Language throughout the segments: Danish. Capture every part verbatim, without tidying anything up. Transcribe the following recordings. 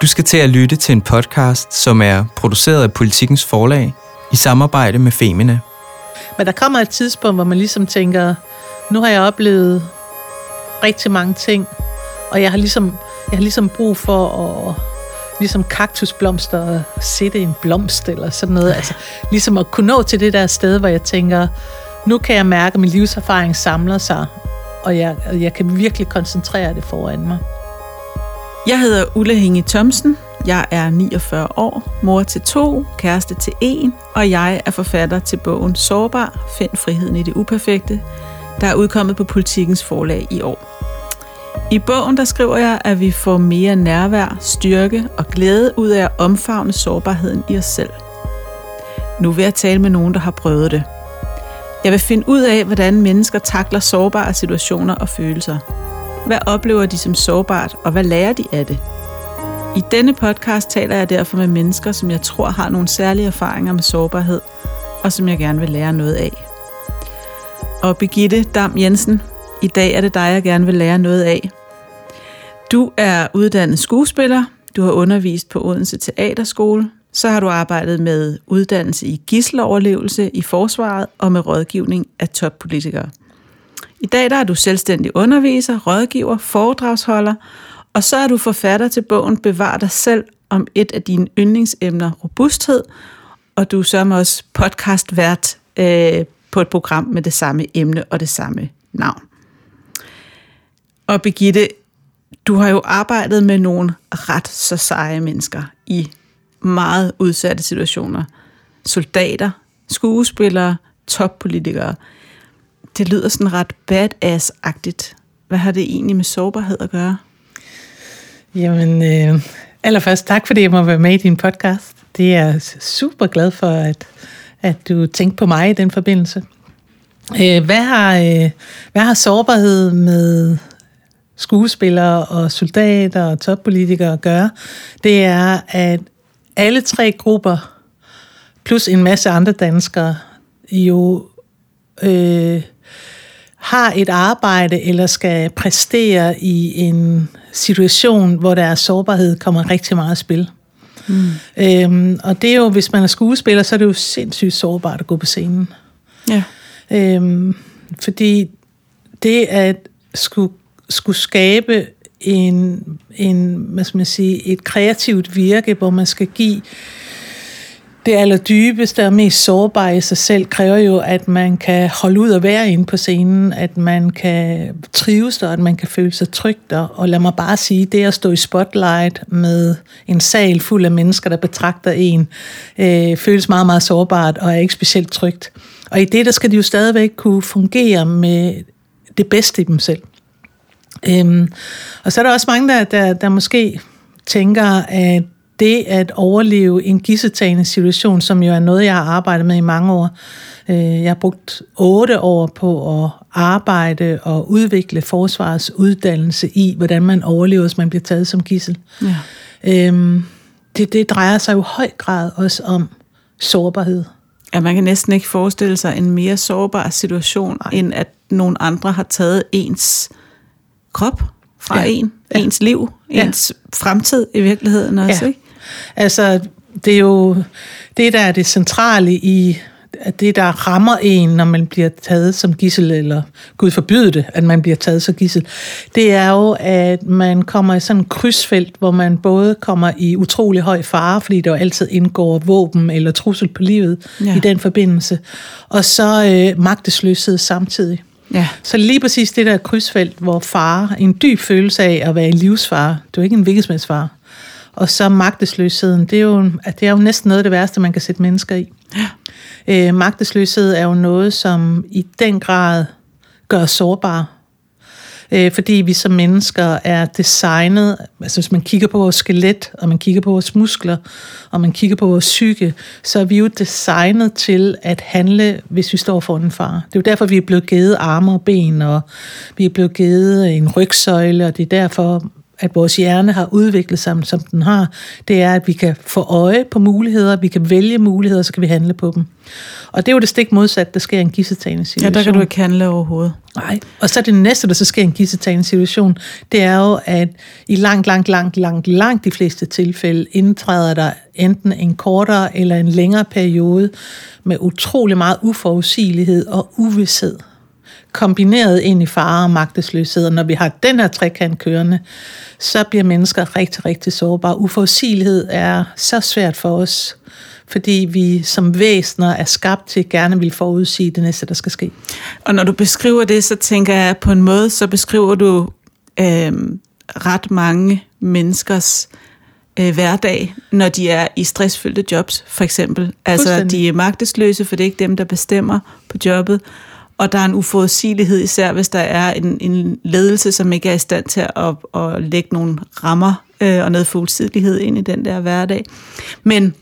Du skal til at lytte til en podcast, som er produceret af Politikens Forlag i samarbejde med Femina. Men der kommer et tidspunkt, hvor man ligesom tænker, nu har jeg oplevet rigtig mange ting, og jeg har ligesom, jeg har ligesom brug for at, ligesom kaktusblomster, at sætte en blomst eller sådan noget. Altså, ligesom at kunne nå til det der sted, hvor jeg tænker, nu kan jeg mærke, at min livserfaring samler sig, og jeg, jeg kan virkelig koncentrere det foran mig. Jeg hedder Ulla Hinge Thomsen. Jeg er niogfyrre år, mor til to, kæreste til en, og jeg er forfatter til bogen Sårbar, find friheden i det uperfekte, der er udkommet på Politikens Forlag i år. I bogen der skriver jeg, at vi får mere nærvær, styrke og glæde ud af at omfavne sårbarheden i os selv. Nu vil jeg tale med nogen, der har prøvet det. Jeg vil finde ud af, hvordan mennesker takler sårbare situationer og følelser. Hvad oplever de som sårbart, og hvad lærer de af det? I denne podcast taler jeg derfor med mennesker, som jeg tror har nogle særlige erfaringer med sårbarhed, og som jeg gerne vil lære noget af. Og Birgitte Dam Jensen, i dag er det dig, jeg gerne vil lære noget af. Du er uddannet skuespiller, du har undervist på Odense Teaterskole, så har du arbejdet med uddannelse i gidseloverlevelse i forsvaret og med rådgivning af toppolitikere. I dag der er du selvstændig underviser, rådgiver, foredragsholder, og så er du forfatter til bogen Bevar dig selv om et af dine yndlingsemner, robusthed, og du er så også podcastvært øh, på et program med det samme emne og det samme navn. Og Birgitte, du har jo arbejdet med nogle ret så seje mennesker i meget udsatte situationer. Soldater, skuespillere, toppolitikere. Det lyder sådan ret badass-agtigt. Hvad har det egentlig med sårbarhed at gøre? Jamen, øh, allerførst tak, fordi jeg må være med i din podcast. Det er jeg super glad for, at, at du tænkte på mig i den forbindelse. Øh, hvad, har, øh, hvad har sårbarhed med skuespillere og soldater og toppolitikere at gøre? Det er, at alle tre grupper, plus en masse andre danskere, jo øh, har et arbejde eller skal præstere i en situation, hvor deres sårbarhed kommer rigtig meget at spil. Mm. Øhm, og det er jo, hvis man er skuespiller, så er det jo sindssygt sårbart at gå på scenen. Ja. Øhm, fordi det at skulle, skulle skabe en, en, hvad skal man sige, et kreativt virke, hvor man skal give det allerdybeste og mest sårbare i sig selv, kræver jo, at man kan holde ud og være inde på scenen, at man kan trives der, at man kan føle sig tryg der. Og lad mig bare sige, det at stå i spotlight med en sal fuld af mennesker, der betragter en, øh, føles meget, meget sårbart og er ikke specielt trygt. Og i det, der skal de jo stadigvæk kunne fungere med det bedste i dem selv. Øhm, og så er der også mange, der, der, der måske tænker, at det at overleve en gidseltagende situation, som jo er noget, jeg har arbejdet med i mange år. Jeg har brugt otte år på at arbejde og udvikle forsvarets uddannelse i, hvordan man overlever, hvis man bliver taget som gidsel. Ja. Øhm, det, det drejer sig jo i høj grad også om sårbarhed. Ja, man kan næsten ikke forestille sig en mere sårbar situation, Nej. end at nogle andre har taget ens krop fra ja. en, ja. ens liv, ens ja. fremtid i virkeligheden også, ja. ikke? Altså, det er jo det, der er det centrale i, at det, der rammer en, når man bliver taget som gidsel, eller Gud forbyde det, at man bliver taget som gidsel, det er jo, at man kommer i sådan en krydsfelt, hvor man både kommer i utrolig høj fare, fordi der jo altid indgår våben eller trussel på livet ja. i den forbindelse, og så øh, magtesløshed samtidig. Ja. Så lige præcis det der krydsfelt, hvor fare, en dyb følelse af at være i livsfare, det er jo ikke en hvilkesmædsfare, og så magtesløsheden, det er, jo, det er jo næsten noget af det værste, man kan sætte mennesker i. Ja. Øh, magtesløshed er jo noget, som i den grad gør sårbare. Øh, fordi vi som mennesker er designet, altså hvis man kigger på vores skelet, og man kigger på vores muskler, og man kigger på vores psyke, så er vi jo designet til at handle, hvis vi står foran en fare. Det er jo derfor, vi er blevet givet arme og ben, og vi er blevet givet en rygsøjle, og det er derfor, at vores hjerne har udviklet sig, som den har, det er, at vi kan få øje på muligheder, vi kan vælge muligheder, så kan vi handle på dem. Og det er jo det stik modsat, der sker i en gidseltagende situation. Ja, der kan du ikke handle overhovedet. Nej, og så det næste, der så sker i en gidseltagende situation, det er jo, at i langt, langt, langt, langt, langt de fleste tilfælde indtræder der enten en kortere eller en længere periode med utrolig meget uforudsigelighed og uvished, kombineret ind i fare og magtesløshed. Og når vi har den her trekant kørende, så bliver mennesker rigtig, rigtig sårbare. Uforudsigelighed er så svært for os, fordi vi som væsener er skabt til gerne vil forudsige det næste, der skal ske. Og når du beskriver det, så tænker jeg på en måde, så beskriver du øh, ret mange menneskers øh, hverdag, når de er i stressfyldte jobs, for eksempel. Altså, de er magtesløse, for det er ikke dem, der bestemmer på jobbet. Og der er en uforudsigelighed, især hvis der er en, en ledelse, som ikke er i stand til at, at lægge nogle rammer øh, og noget forudsigelighed ind i den der hverdag. Men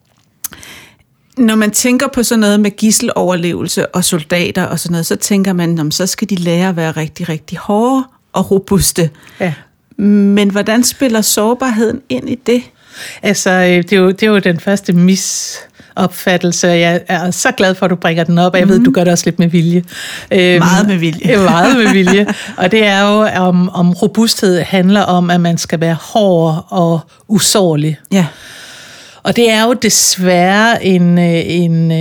når man tænker på sådan noget med gidseloverlevelse og soldater og sådan noget, så tænker man, om så skal de lære at være rigtig, rigtig hårde og robuste. Ja. Men hvordan spiller sårbarheden ind i det? Altså, det er jo, det er jo den første misopfattelse. Jeg er så glad for, at du bringer den op, og jeg ved, mm. du gør det også lidt med vilje. Meget med vilje. Meget med vilje. Og det er jo, om, om robusthed handler om, at man skal være hård og usårlig. Ja. Og det er jo desværre en, en,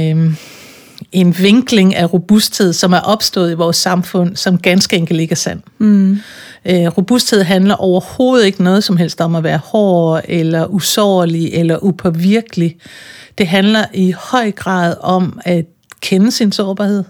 en vinkling af robusthed, som er opstået i vores samfund, som ganske enkelt ikke er sand. Mm. Robusthed handler overhovedet ikke noget som helst om at være hård, eller usårlig, eller upåvirkelig. Det handler i høj grad om at kende sin sårbarhed.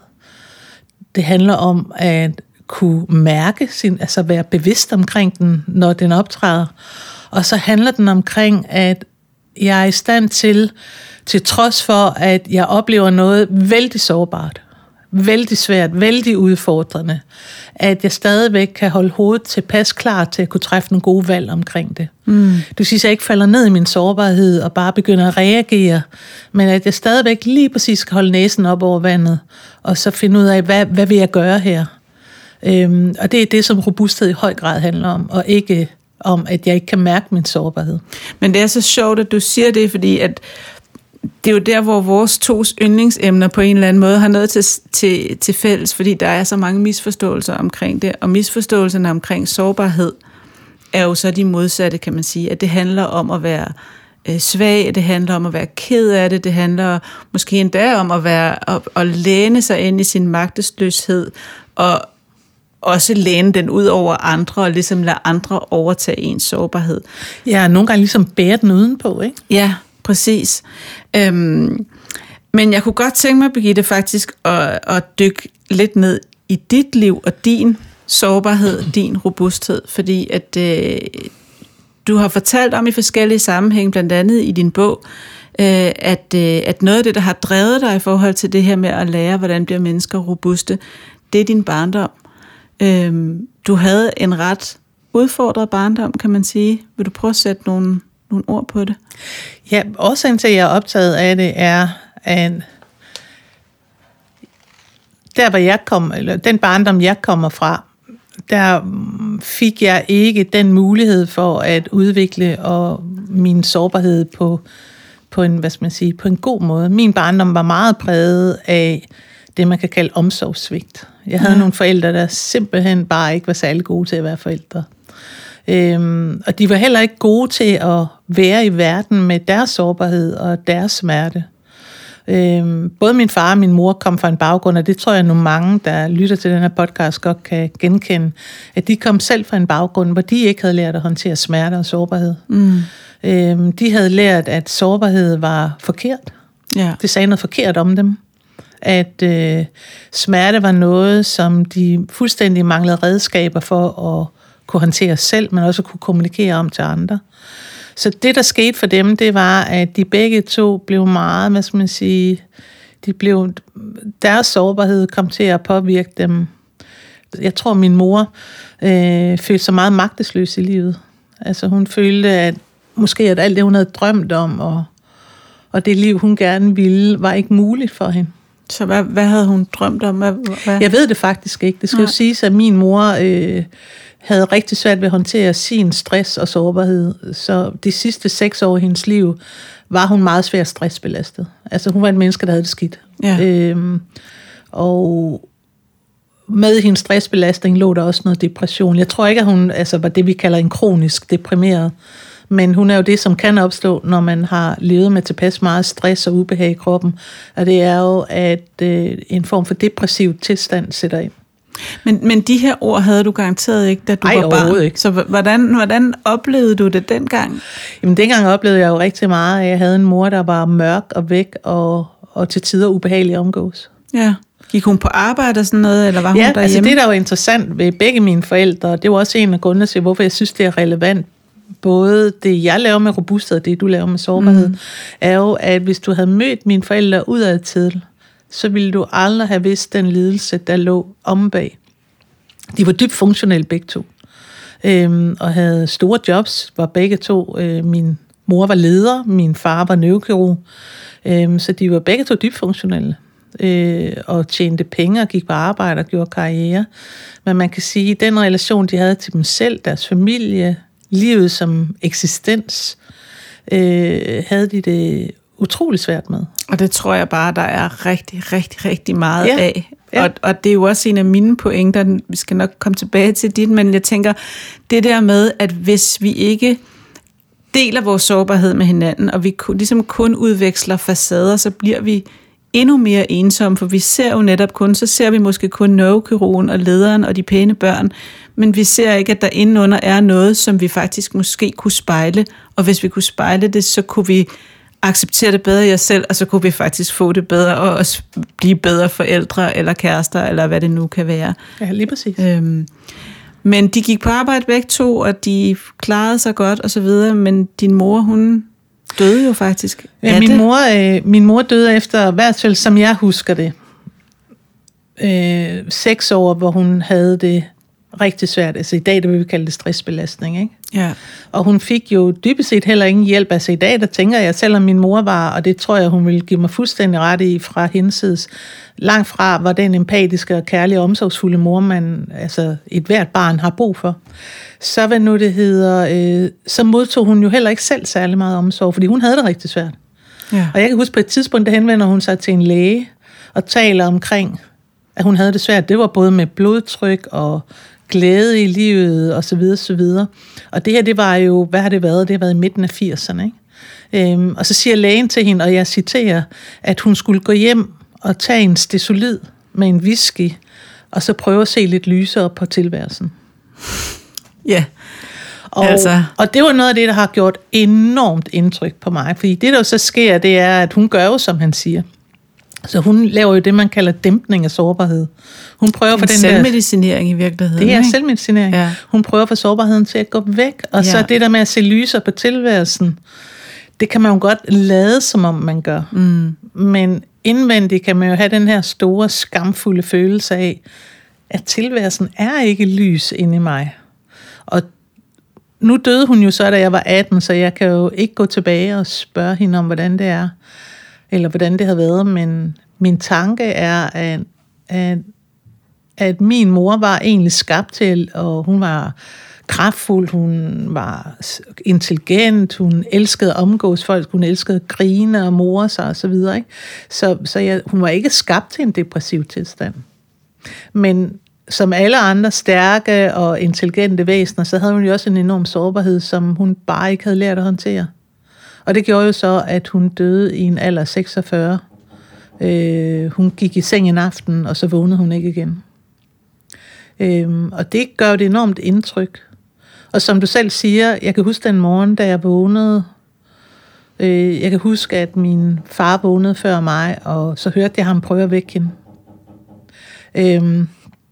Det handler om at kunne mærke sin, altså være bevidst omkring den, når den optræder. Og så handler den omkring, at jeg er i stand til, til trods for, at jeg oplever noget vældig sårbart, vældig svært, vældig udfordrende, at jeg stadigvæk kan holde hovedet tilpas klar til at kunne træffe nogle gode valg omkring det. Mm. Det vil sige, at jeg ikke falder ned i min sårbarhed og bare begynder at reagere, men at jeg stadigvæk lige præcis skal holde næsen op over vandet, og så finde ud af, hvad, hvad vil jeg gøre her? Øhm, og det er det, som robusthed i høj grad handler om, og ikke om, at jeg ikke kan mærke min sårbarhed. Men det er så sjovt, at du siger det, fordi at det er jo der, hvor vores tos yndlingsemner på en eller anden måde har noget til, til, til fælles, fordi der er så mange misforståelser omkring det, og misforståelserne omkring sårbarhed er jo så de modsatte, kan man sige, at det handler om at være øh, svag, det handler om at være ked af det, det handler måske endda om at, være, at, at læne sig ind i sin magtesløshed, og også læne den ud over andre, og ligesom lade andre overtage ens sårbarhed. Ja, nogle gange ligesom bære den udenpå, ikke? Ja, præcis. Øhm, men jeg kunne godt tænke mig, Birgitte, faktisk at, at dykke lidt ned i dit liv og din sårbarhed, din robusthed, fordi at øh, du har fortalt om i forskellige sammenhæng, blandt andet i din bog, øh, at, øh, at noget af det, der har drevet dig i forhold til det her med at lære, hvordan bliver mennesker robuste, det er din barndom. Øh, du havde en ret udfordret barndom, kan man sige. Vil du prøve at sætte nogle nogle ord på det? Ja, årsagen til, at jeg er optaget af det, er, at der, hvor jeg kom, eller den barndom, jeg kommer fra, der fik jeg ikke den mulighed for at udvikle og min sårbarhed på, på en, hvad skal man sige, på en god måde. Min barndom var meget præget af det, man kan kalde omsorgssvigt. Jeg havde ja. nogle forældre, der simpelthen bare ikke var særlig gode til at være forældre. Øhm, og de var heller ikke gode til at være i verden med deres sårbarhed og deres smerte. Øhm, både min far og min mor kom fra en baggrund, og det tror jeg nogle mange, der lytter til den her podcast, godt kan genkende, at de kom selv fra en baggrund, hvor de ikke havde lært at håndtere smerte og sårbarhed. Mm. Øhm, de havde lært, at sårbarhed var forkert. Ja. Det sagde noget forkert om dem. At øh, smerte var noget, som de fuldstændig manglede redskaber for at kunne håndtere selv, men også kunne kommunikere om til andre. Så det, der skete for dem, det var, at de begge to blev meget, hvad skal man sige, de blev, deres sårbarhed kom til at påvirke dem. Jeg tror, min mor øh, følte sig meget magtesløs i livet. Altså hun følte, at måske at alt det, hun havde drømt om, og, og det liv, hun gerne ville, var ikke muligt for hende. Så hvad, hvad havde hun drømt om? Hvad, hvad? Jeg ved det faktisk ikke. Det skal Nej. jo siges, at min mor øh, havde rigtig svært ved at håndtere sin stress og sårbarhed. Så de sidste seks år i hendes liv var hun meget svært stressbelastet. Altså hun var en menneske, der havde det skidt. Ja. Øhm, og med hendes stressbelastning lå der også noget depression. Jeg tror ikke, at hun altså, var det, vi kalder en kronisk deprimeret. Men hun er jo det, som kan opstå, når man har levet med tilpas meget stress og ubehag i kroppen. Og det er jo, at øh, en form for depressiv tilstand sætter ind. Men, men de her ord havde du garanteret ikke, da du Ej, var barn. Ikke. Så hvordan, hvordan oplevede du det dengang? Jamen dengang oplevede jeg jo rigtig meget, at jeg havde en mor, der var mørk og væk og, og til tider ubehagelig omgås. Ja. Gik hun på arbejde og sådan noget, eller var hun ja, derhjemme? altså det, der var interessant ved begge mine forældre, det var også en af grundene til, hvorfor jeg synes, det er relevant. Både det, jeg laver med robusthed, og det, du laver med sårbarhed, mm. er jo, at hvis du havde mødt mine forældre udadtil, så ville du aldrig have vidst den lidelse, der lå om bag. De var dybt funktionelle begge to, øhm, og havde store jobs, var begge to. Øh, min mor var leder, min far var neurokirurg, øhm, så de var begge to dybt funktionelle. Øh, og tjente penge og gik på arbejde og gjorde karriere. Men man kan sige, at den relation, de havde til dem selv, deres familie, livet som eksistens, øh, havde de det utroligt svært med. Og det tror jeg bare, der er rigtig, rigtig, rigtig meget ja. af. Ja. Og, og det er jo også en af mine pointer, vi skal nok komme tilbage til dit, men jeg tænker, det der med, at hvis vi ikke deler vores sårbarhed med hinanden, og vi ligesom kun udveksler facader, så bliver vi endnu mere ensomme, for vi ser jo netop kun, så ser vi måske kun neurokirurgen og lederen og de pæne børn, men vi ser ikke, at der indenunder er noget, som vi faktisk måske kunne spejle, og hvis vi kunne spejle det, så kunne vi acceptere det bedre i os selv, og så kunne vi faktisk få det bedre, og også blive bedre forældre, eller kærester, eller hvad det nu kan være. Ja, lige præcis. Øhm, men de gik på arbejde begge to, og de klarede sig godt, og så videre, men din mor, hun døde jo faktisk. Ja, min, mor, øh, min mor døde efter, i hvert fald som jeg husker det, øh, seks år, hvor hun havde det rigtig svært. Altså i dag, det vil vi kalde det stressbelastning, ikke? Ja. Og hun fik jo dybest set heller ingen hjælp. Altså i dag, der tænker jeg, selvom min mor var, og det tror jeg, hun ville give mig fuldstændig ret i fra hendes langt fra, var den empatiske og kærlige og omsorgsfulde mor, man, altså et hvert barn har brug for. Så hvad nu det hedder, øh, så modtog hun jo heller ikke selv særlig meget omsorg, fordi hun havde det rigtig svært. Ja. Og jeg kan huske på et tidspunkt, der henvender hun sig til en læge og taler omkring, at hun havde det svært. Det var både med blodtryk og glæde i livet og så videre, så videre. Og det her, det var jo, hvad har det været? Det har været i midten af firserne, ikke? Øhm, og så siger lægen til hende, og jeg citerer, at hun skulle gå hjem og tage en stesolid med en whisky, og så prøve at se lidt lysere på tilværelsen. Ja, og, altså. og det var noget af det, der har gjort enormt indtryk på mig, fordi det, der jo så sker, det er, at hun gør jo, som han siger. Så hun laver jo det, man kalder dæmpning af sårbarhed. Hun prøver for den selvmedicinering i virkeligheden. Det er ikke? selvmedicinering. Ja. Hun prøver for sårbarheden til at gå væk. Og ja. Så det der med at se lyser på tilværelsen, det kan man jo godt lade, som om man gør. Mm. Men indvendigt kan man jo have den her store, skamfulde følelse af, at tilværelsen er ikke lys inde i mig. Og nu døde hun jo så, da jeg var atten, så jeg kan jo ikke gå tilbage og spørge hende om, hvordan det er, eller hvordan det har været, men min tanke er, at, at, at min mor var egentlig skabt til, og hun var kraftfuld, hun var intelligent, hun elskede at omgås folk, hun elskede at grine og more sig og så videre, ikke? Så, så jeg, hun var ikke skabt til en depressiv tilstand. Men som alle andre stærke og intelligente væsener, så havde hun jo også en enorm sårbarhed, som hun bare ikke havde lært at håndtere. Og det gjorde jo så, at hun døde i en alder af seksogfyrre. Øh, hun gik i seng en aften, og så vågnede hun ikke igen. Øh, og det gør et enormt indtryk. Og som du selv siger, jeg kan huske den morgen, da jeg vågnede. Øh, jeg kan huske, at min far vågnede før mig, og så hørte jeg ham prøve at vække hende. Øh,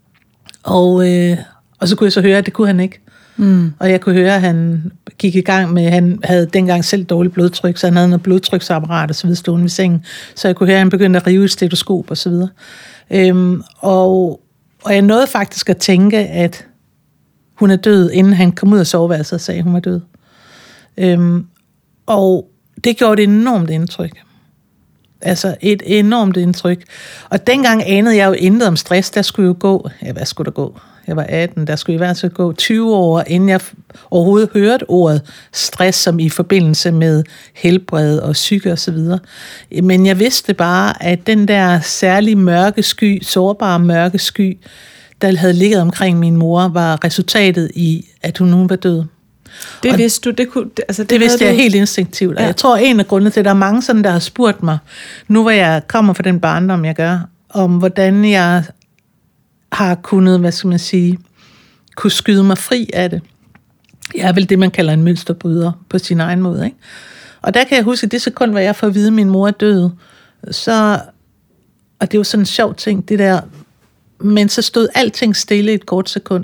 og, øh, og så kunne jeg så høre, at det kunne han ikke. Mm. Og jeg kunne høre, at han gik i gang med, han havde dengang selv dårligt blodtryk, så han havde noget blodtryksapparat og så videre stående ved sengen. Så jeg kunne høre, at han begyndte at rive et stetoskop og så videre. Øhm, og, og jeg nåede faktisk at tænke, at hun er død, inden han kom ud af soveværelset og sagde, at hun var død. Øhm, og det gjorde et enormt indtryk. Altså et enormt indtryk. Og dengang anede jeg jo intet om stress. Der skulle jo gå, ja, hvad skulle der gå? Jeg var atten, der skulle i hvert fald gå tyve år, inden jeg overhovedet hørte ordet stress, som i forbindelse med helbred og psyke og så videre. Men jeg vidste bare, at den der særlige mørke sky, sårbare mørke sky, der havde ligget omkring min mor, var resultatet i, at hun nu var død. Det vidste du? Det, kunne, altså det, det vidste jeg du... helt instinktivt. Og ja. Jeg tror, en af grundene til, at der er mange sådan, der har spurgt mig, nu hvor jeg kommer fra den barndom, jeg gør, om hvordan jeg har kunnet, hvad skal man sige, kunne skyde mig fri af det. Jeg er vel det, man kalder en mønsterbryder på sin egen måde, ikke? Og der kan jeg huske, at det sekund, hvor jeg får at vide, at min mor er død, så, og det var sådan en sjov ting, det der, men så stod alting stille et kort sekund.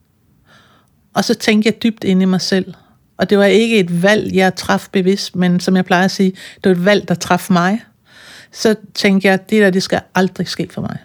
Og så tænkte jeg dybt ind i mig selv. Og det var ikke et valg, jeg traf bevidst, men som jeg plejer at sige, det var et valg, der traf mig. Så tænkte jeg, det der, det skal aldrig ske for mig.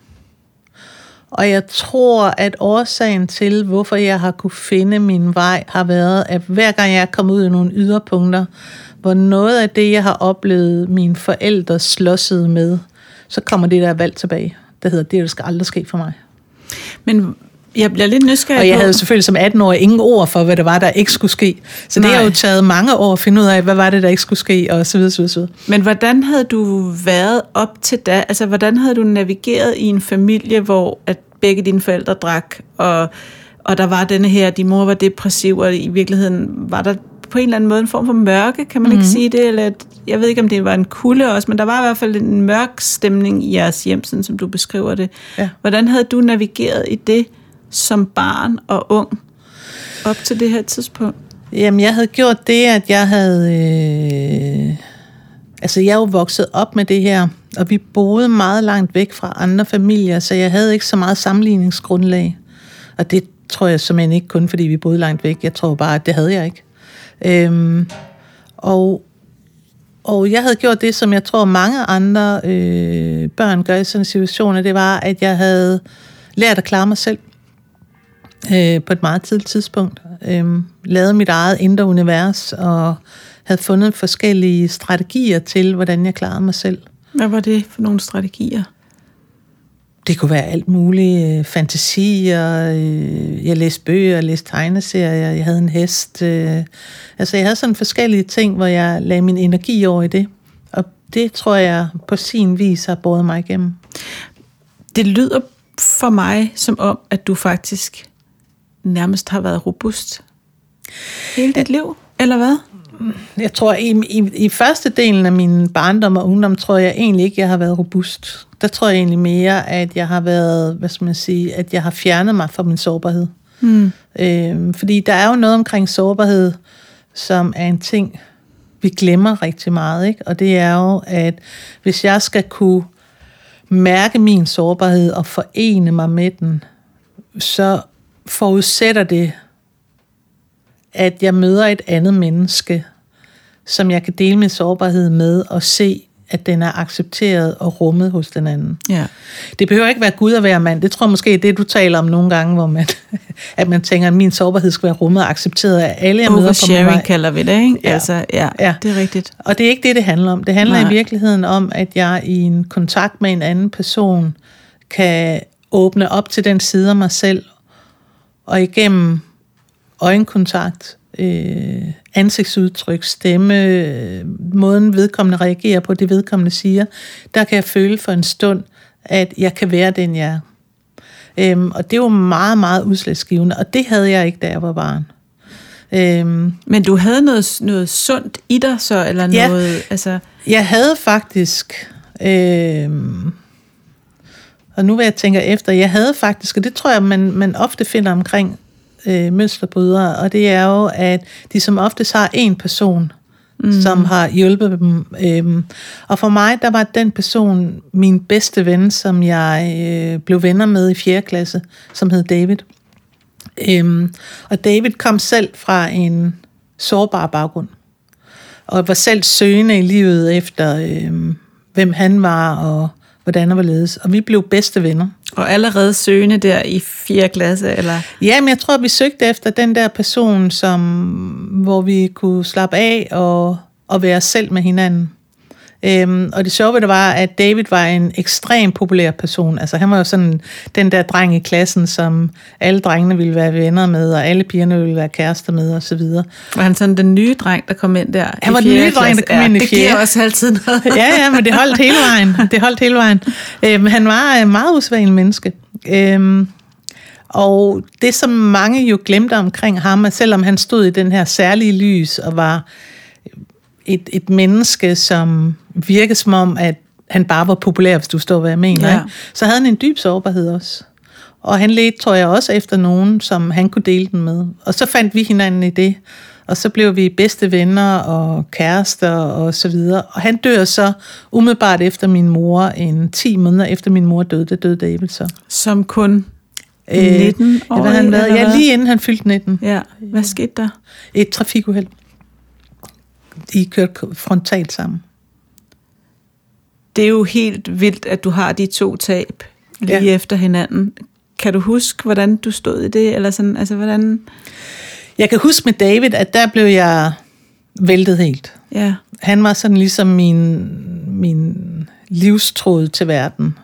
Og jeg tror, at årsagen til, hvorfor jeg har kunne finde min vej, har været, at hver gang jeg er kommet ud i nogle yderpunkter, hvor noget af det, jeg har oplevet mine forældre slåssede med, så kommer det der valg tilbage. Der hedder, det der skal aldrig ske for mig. Men jeg bliver lidt nysgerrig. Og jeg havde selvfølgelig som atten-årig ingen ord for, hvad det var, der ikke skulle ske. Så det har jo taget mange år at finde ud af, hvad var det, der ikke skulle ske, og så videre, så videre, så videre. Men hvordan havde du været op til da? Altså, hvordan havde du navigeret i en familie, hvor at begge dine forældre drak, og, og der var denne her, din mor var depressiv, og i virkeligheden var der på en eller anden måde en form for mørke, kan man mm-hmm. ikke sige det? Eller et, jeg ved ikke, om det var en kulde også, men der var i hvert fald en mørk stemning i jeres hjem, sådan som du beskriver det. Ja. Hvordan havde du navigeret i det som barn og ung op til det her tidspunkt? Jamen, jeg havde gjort det, at jeg havde... Øh, altså, jeg er jo vokset op med det her, og vi boede meget langt væk fra andre familier, så jeg havde ikke så meget sammenligningsgrundlag. Og det tror jeg simpelthen ikke kun, fordi vi boede langt væk. Jeg tror bare, at det havde jeg ikke. Øhm, og, og jeg havde gjort det, som jeg tror mange andre øh, børn gør i sådan en situation, det var, at jeg havde lært at klare mig selv øh, på et meget tidligt tidspunkt. Øh, lavet mit eget indre univers, og havde fundet forskellige strategier til, hvordan jeg klarede mig selv. Hvad var det for nogle strategier? Det kunne være alt muligt. Fantasier, jeg læste bøger, jeg læste tegneserier, jeg havde en hest. Altså, jeg havde sådan forskellige ting, hvor jeg lagde min energi over i det. Og det tror jeg på sin vis har båret mig igennem. Det lyder for mig som om, at du faktisk nærmest har været robust hele dit liv, eller hvad? Jeg tror, i, i, i første delen af min barndom og ungdom, tror jeg egentlig ikke, jeg har været robust. Der tror jeg egentlig mere, at jeg har været, hvad skal man sige, at jeg har fjernet mig fra min sårbarhed. Hmm. Øhm, fordi der er jo noget omkring sårbarhed, som er en ting, vi glemmer rigtig meget, ikke? Og det er jo, at hvis jeg skal kunne mærke min sårbarhed og forene mig med den, så forudsætter det, at jeg møder et andet menneske, som jeg kan dele min sårbarhed med, og se, at den er accepteret og rummet hos den anden. Ja. Det behøver ikke være Gud at være mand. Det tror jeg måske er det, du taler om nogle gange, hvor man, at man tænker, at min sårbarhed skal være rummet og accepteret af alle, jeg møder på min vej. Oversharing kalder vi det, ikke? Ja. Altså, ja, ja, det er rigtigt. Og det er ikke det, det handler om. Det handler Nej. i virkeligheden om, at jeg i en kontakt med en anden person kan åbne op til den side af mig selv, og igennem øjenkontakt, øh, ansigtsudtryk, stemme, øh, måden vedkommende reagerer på, det vedkommende siger, der kan jeg føle for en stund, at jeg kan være den, jeg er. Øhm, og det er jo meget, meget udslagsgivende, og det havde jeg ikke, da jeg var barn. Øhm, Men du havde noget, noget sundt i dig så, eller ja, noget? Altså... Jeg havde faktisk... Øhm, og nu vil jeg tænke efter, jeg havde faktisk, og det tror jeg, man, man ofte finder omkring øh, mønsterbrydere, og det er jo, at de som oftest har en person, mm. som har hjulpet dem. Øhm, og for mig, der var den person min bedste ven, som jeg øh, blev venner med i fjerde klasse, som hed David. Øhm, og David kom selv fra en sårbar baggrund, og var selv søgende i livet efter, øh, hvem han var, og hvordan og hvorledes. Og vi blev bedste venner. Og allerede søgende der i fjerde klasse, eller? Ja, men jeg tror, vi søgte efter den der person, som, hvor vi kunne slappe af og, og være selv med hinanden. Øhm, og det sjove ved det var, at David var en ekstremt populær person. Altså han var jo sådan den der dreng i klassen, som alle drengene ville være venner med, og alle pigerne ville være kærester med, og så videre. Var han sådan den nye dreng, der kom ind der? Han var den nye dreng, der kom ja, ind i fjerde. Det giver også altid noget. ja, ja, men det holdt hele vejen. Det holdt hele vejen. Øhm, han var en meget usædvanlig menneske. Øhm, og det, som mange jo glemte omkring ham, at selvom han stod i den her særlige lys, og var et, et menneske, som virkede som om, at han bare var populær, hvis du står, hvad jeg mener, ja. Så havde han en dyb sårbarhed også. Og han ledte, tror jeg, også efter nogen, som han kunne dele den med. Og så fandt vi hinanden i det. Og så blev vi bedste venner og kærester og så videre. Og han dør så umiddelbart efter min mor, en ti måneder efter min mor døde, det døde David så. Som kun nitten år? Øh, han været? Ja, lige inden han fyldte nitten. Ja, hvad skete der? Et trafikuheld. De kørte frontalt sammen. Det er jo helt vildt, at du har de to tab lige ja. efter hinanden. Kan du huske, hvordan du stod i det? Eller sådan, altså, hvordan... Jeg kan huske med David, at der blev jeg væltet helt. Ja. Han var sådan ligesom min, min livstråd til verden.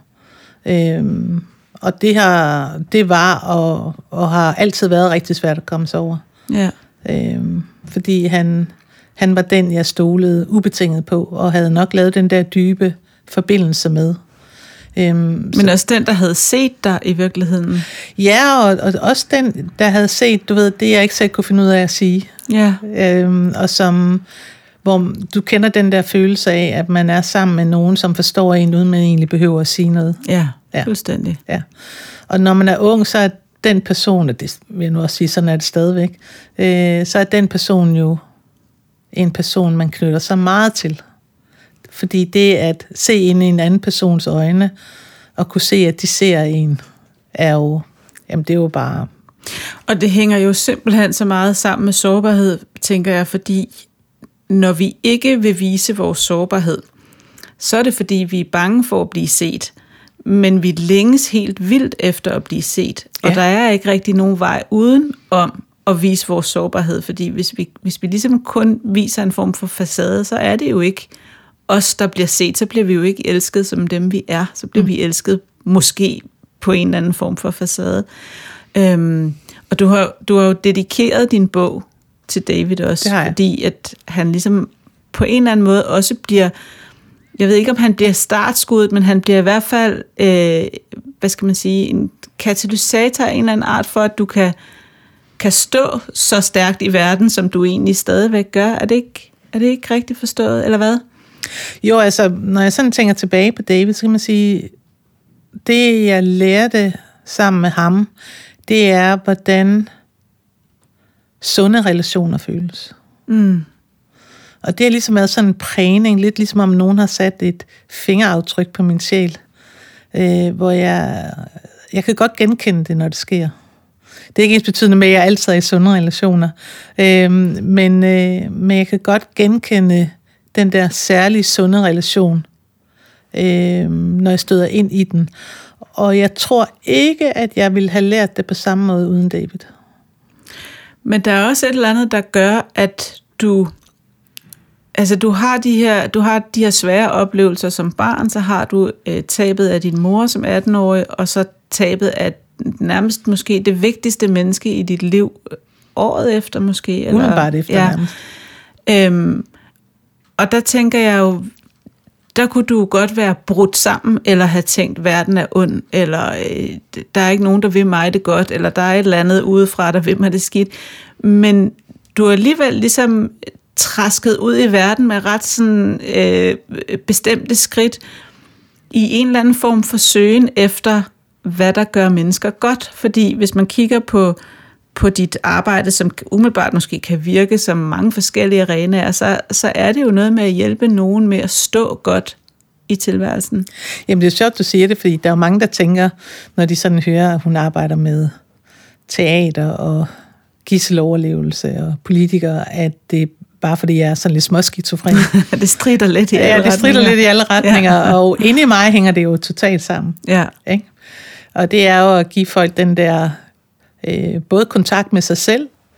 Øhm, og det, har, det var og, og har altid været rigtig svært at komme sig over. Ja. Øhm, fordi han, han var den, jeg stolede ubetinget på, og havde nok lavet den der dybe forbindelse med. Øhm, Men så, også den, der havde set dig i virkeligheden. Ja, og, og også den, der havde set, du ved, det jeg ikke selv kunne finde ud af at sige. Ja. Øhm, og som, hvor du kender den der følelse af, at man er sammen med nogen, som forstår en, uden man egentlig behøver at sige noget. Ja, ja. Fuldstændig. Ja. Og når man er ung, så er den person, og det vil jeg nu også sige, sådan er det stadigvæk, øh, så er den person jo en person, man knytter sig meget til. Fordi det at se ind i en anden persons øjne, og kunne se, at de ser en, er jo, jamen det er jo bare... Og det hænger jo simpelthen så meget sammen med sårbarhed, tænker jeg, fordi når vi ikke vil vise vores sårbarhed, så er det fordi, vi er bange for at blive set, men vi længes helt vildt efter at blive set. Og ja. Der er ikke rigtig nogen vej uden om at vise vores sårbarhed, fordi hvis vi, hvis vi ligesom kun viser en form for facade, så er det jo ikke os, der bliver set, så bliver vi jo ikke elsket som dem, vi er. Så bliver mm. vi elsket måske på en eller anden form for facade. Øhm, og du har, du har jo dedikeret din bog til David også, fordi at han ligesom på en eller anden måde også bliver, jeg ved ikke om han bliver startskuddet, men han bliver i hvert fald, øh, hvad skal man sige, en katalysator af en eller anden art for, at du kan, kan stå så stærkt i verden, som du egentlig stadigvæk gør. Er det ikke, er det ikke rigtigt forstået, eller hvad? Jo, altså, når jeg sådan tænker tilbage på David, så kan man sige, det jeg lærte sammen med ham, det er, hvordan sunde relationer føles. Mm. Og det har ligesom været sådan en prægning, lidt ligesom om nogen har sat et fingeraftryk på min sjæl, øh, hvor jeg, jeg kan godt genkende det, når det sker. Det er ikke ens betydende med, at jeg altid er i sunde relationer, øh, men, øh, men jeg kan godt genkende den der særlige sunde relation, øh, når jeg støder ind i den. Og jeg tror ikke, at jeg ville have lært det på samme måde uden David. Men der er også et eller andet, der gør, at du, altså du har de her, du har de her svære oplevelser som barn, så har du øh, tabet af din mor som atten-årig, og så tabet af nærmest måske det vigtigste menneske i dit liv året efter måske. Eller, Umiddelbart efter ja. nærmest. Øhm, og der tænker jeg jo, der kunne du godt være brudt sammen, eller have tænkt, verden er ond, eller øh, der er ikke nogen, der vil mig det godt, eller der er et eller andet udefra, der vil mig det skidt. Men du er alligevel ligesom trasket ud i verden med ret sådan, øh, bestemte skridt i en eller anden form for søgen efter, hvad der gør mennesker godt. Fordi hvis man kigger på på dit arbejde, som umiddelbart måske kan virke som mange forskellige arenaer, så, så er det jo noget med at hjælpe nogen med at stå godt i tilværelsen. Jamen det er sjovt, du siger det, fordi der er mange, der tænker, når de sådan hører, at hun arbejder med teater og gidseloverlevelse og politikere, at det er bare fordi jeg er sådan lidt småskizofren. Det strider lidt i alle retninger. retninger. Ja, det strider lidt i alle retninger, ja. Og inde i mig hænger det jo totalt sammen. Ja. Ikke? Og det er jo at give folk den der Øh, både kontakt med sig selv,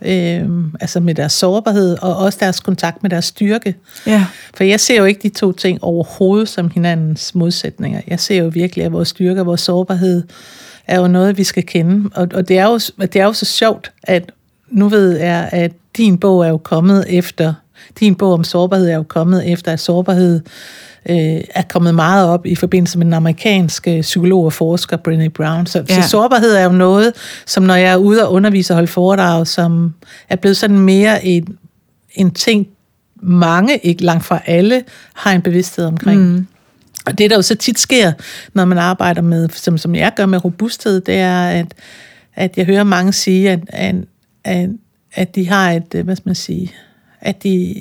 øh, altså med deres sårbarhed, og også deres kontakt med deres styrke. Ja. For jeg ser jo ikke de to ting overhovedet som hinandens modsætninger. Jeg ser jo virkelig, at vores styrke og vores sårbarhed er jo noget, vi skal kende. Og, og det, er jo, det er jo så sjovt, at nu ved jeg, at din bog er jo kommet efter, din bog om sårbarhed er jo kommet efter, at sårbarhed øh, er kommet meget op i forbindelse med den amerikanske psykolog og forsker Brené Brown. Så, ja. så sårbarhed er jo noget, som når jeg er ude og undervise og holde foredrag, som er blevet sådan mere en, en ting, mange, ikke langt fra alle, har en bevidsthed omkring. Mm. Og det, der jo så tit sker, når man arbejder med, som, som jeg gør med robusthed, det er, at, at jeg hører mange sige, at, at, at, at de har et, hvad skal man sige, at de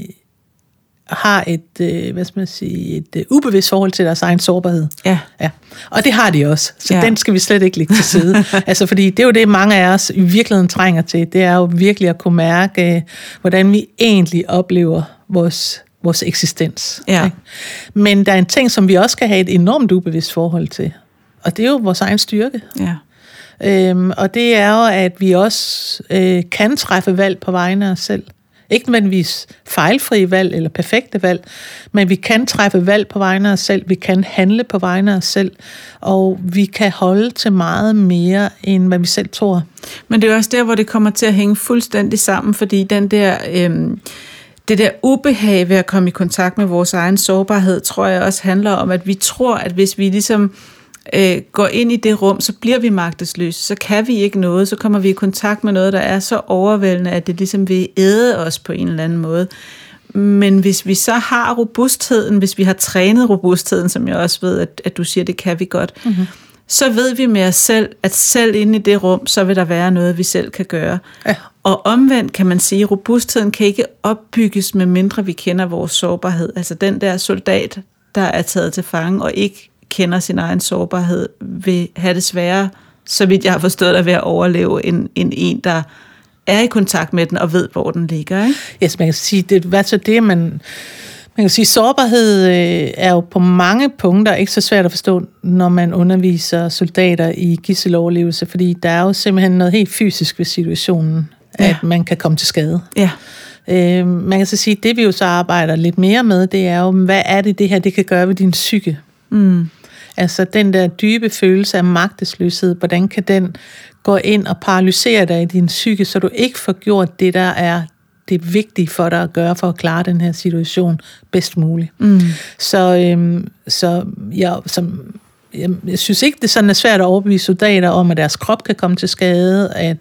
har et, hvad skal man sige, et ubevidst forhold til deres egen sårbarhed. Ja. Ja. Og det har de også, så ja. den skal vi slet ikke lægge til side. Altså, fordi det er jo det, mange af os i virkeligheden trænger til. Det er jo virkelig at kunne mærke, hvordan vi egentlig oplever vores, vores eksistens. Ja. Ikke? Men der er en ting, som vi også skal have et enormt ubevidst forhold til, og det er jo vores egen styrke. Ja. Øhm, og det er jo, at vi også øh, kan træffe valg på vegne af os selv. Ikke nødvendigvis fejlfrie valg eller perfekte valg, men vi kan træffe valg på vegne af os selv, vi kan handle på vegne af os selv, og vi kan holde til meget mere, end hvad vi selv tror. Men det er også der, hvor det kommer til at hænge fuldstændig sammen, fordi den der, øhm, det der ubehag ved at komme i kontakt med vores egen sårbarhed, tror jeg også handler om, at vi tror, at hvis vi ligesom øh, går ind i det rum, så bliver vi magtesløse, så kan vi ikke noget, så kommer vi i kontakt med noget, der er så overvældende, at det ligesom vil æde os på en eller anden måde. Men hvis vi så har robustheden, hvis vi har trænet robustheden, som jeg også ved, at, at du siger, det kan vi godt, mm-hmm. så ved vi med os selv, at selv inde i det rum, så vil der være noget, vi selv kan gøre. Ja. Og omvendt kan man sige, at robustheden kan ikke opbygges, med mindre vi kender vores sårbarhed. Altså den der soldat, der er taget til fange og ikke kender sin egen sårbarhed, vil have det sværere, så vidt jeg har forstået det, ved at overleve, end, end en, der er i kontakt med den og ved, hvor den ligger. Ikke? Yes, man kan sige, det er så det, man... Man kan sige, sårbarhed øh, er jo på mange punkter ikke så svært at forstå, når man underviser soldater i gidseloverlevelse, fordi der er jo simpelthen noget helt fysisk ved situationen, ja. At man kan komme til skade. Ja. Øh, man kan så sige, det vi jo så arbejder lidt mere med, det er jo, hvad er det, det her det kan gøre ved din psyke? Mm. Altså den der dybe følelse af magtesløshed, hvordan kan den gå ind og paralysere dig i din psyke, så du ikke får gjort det, der er det vigtige for dig at gøre for at klare den her situation bedst muligt. Mm. Så, øhm, så jeg, som, jeg, jeg synes ikke, det sådan er svært at overbevise soldater om, at deres krop kan komme til skade, at,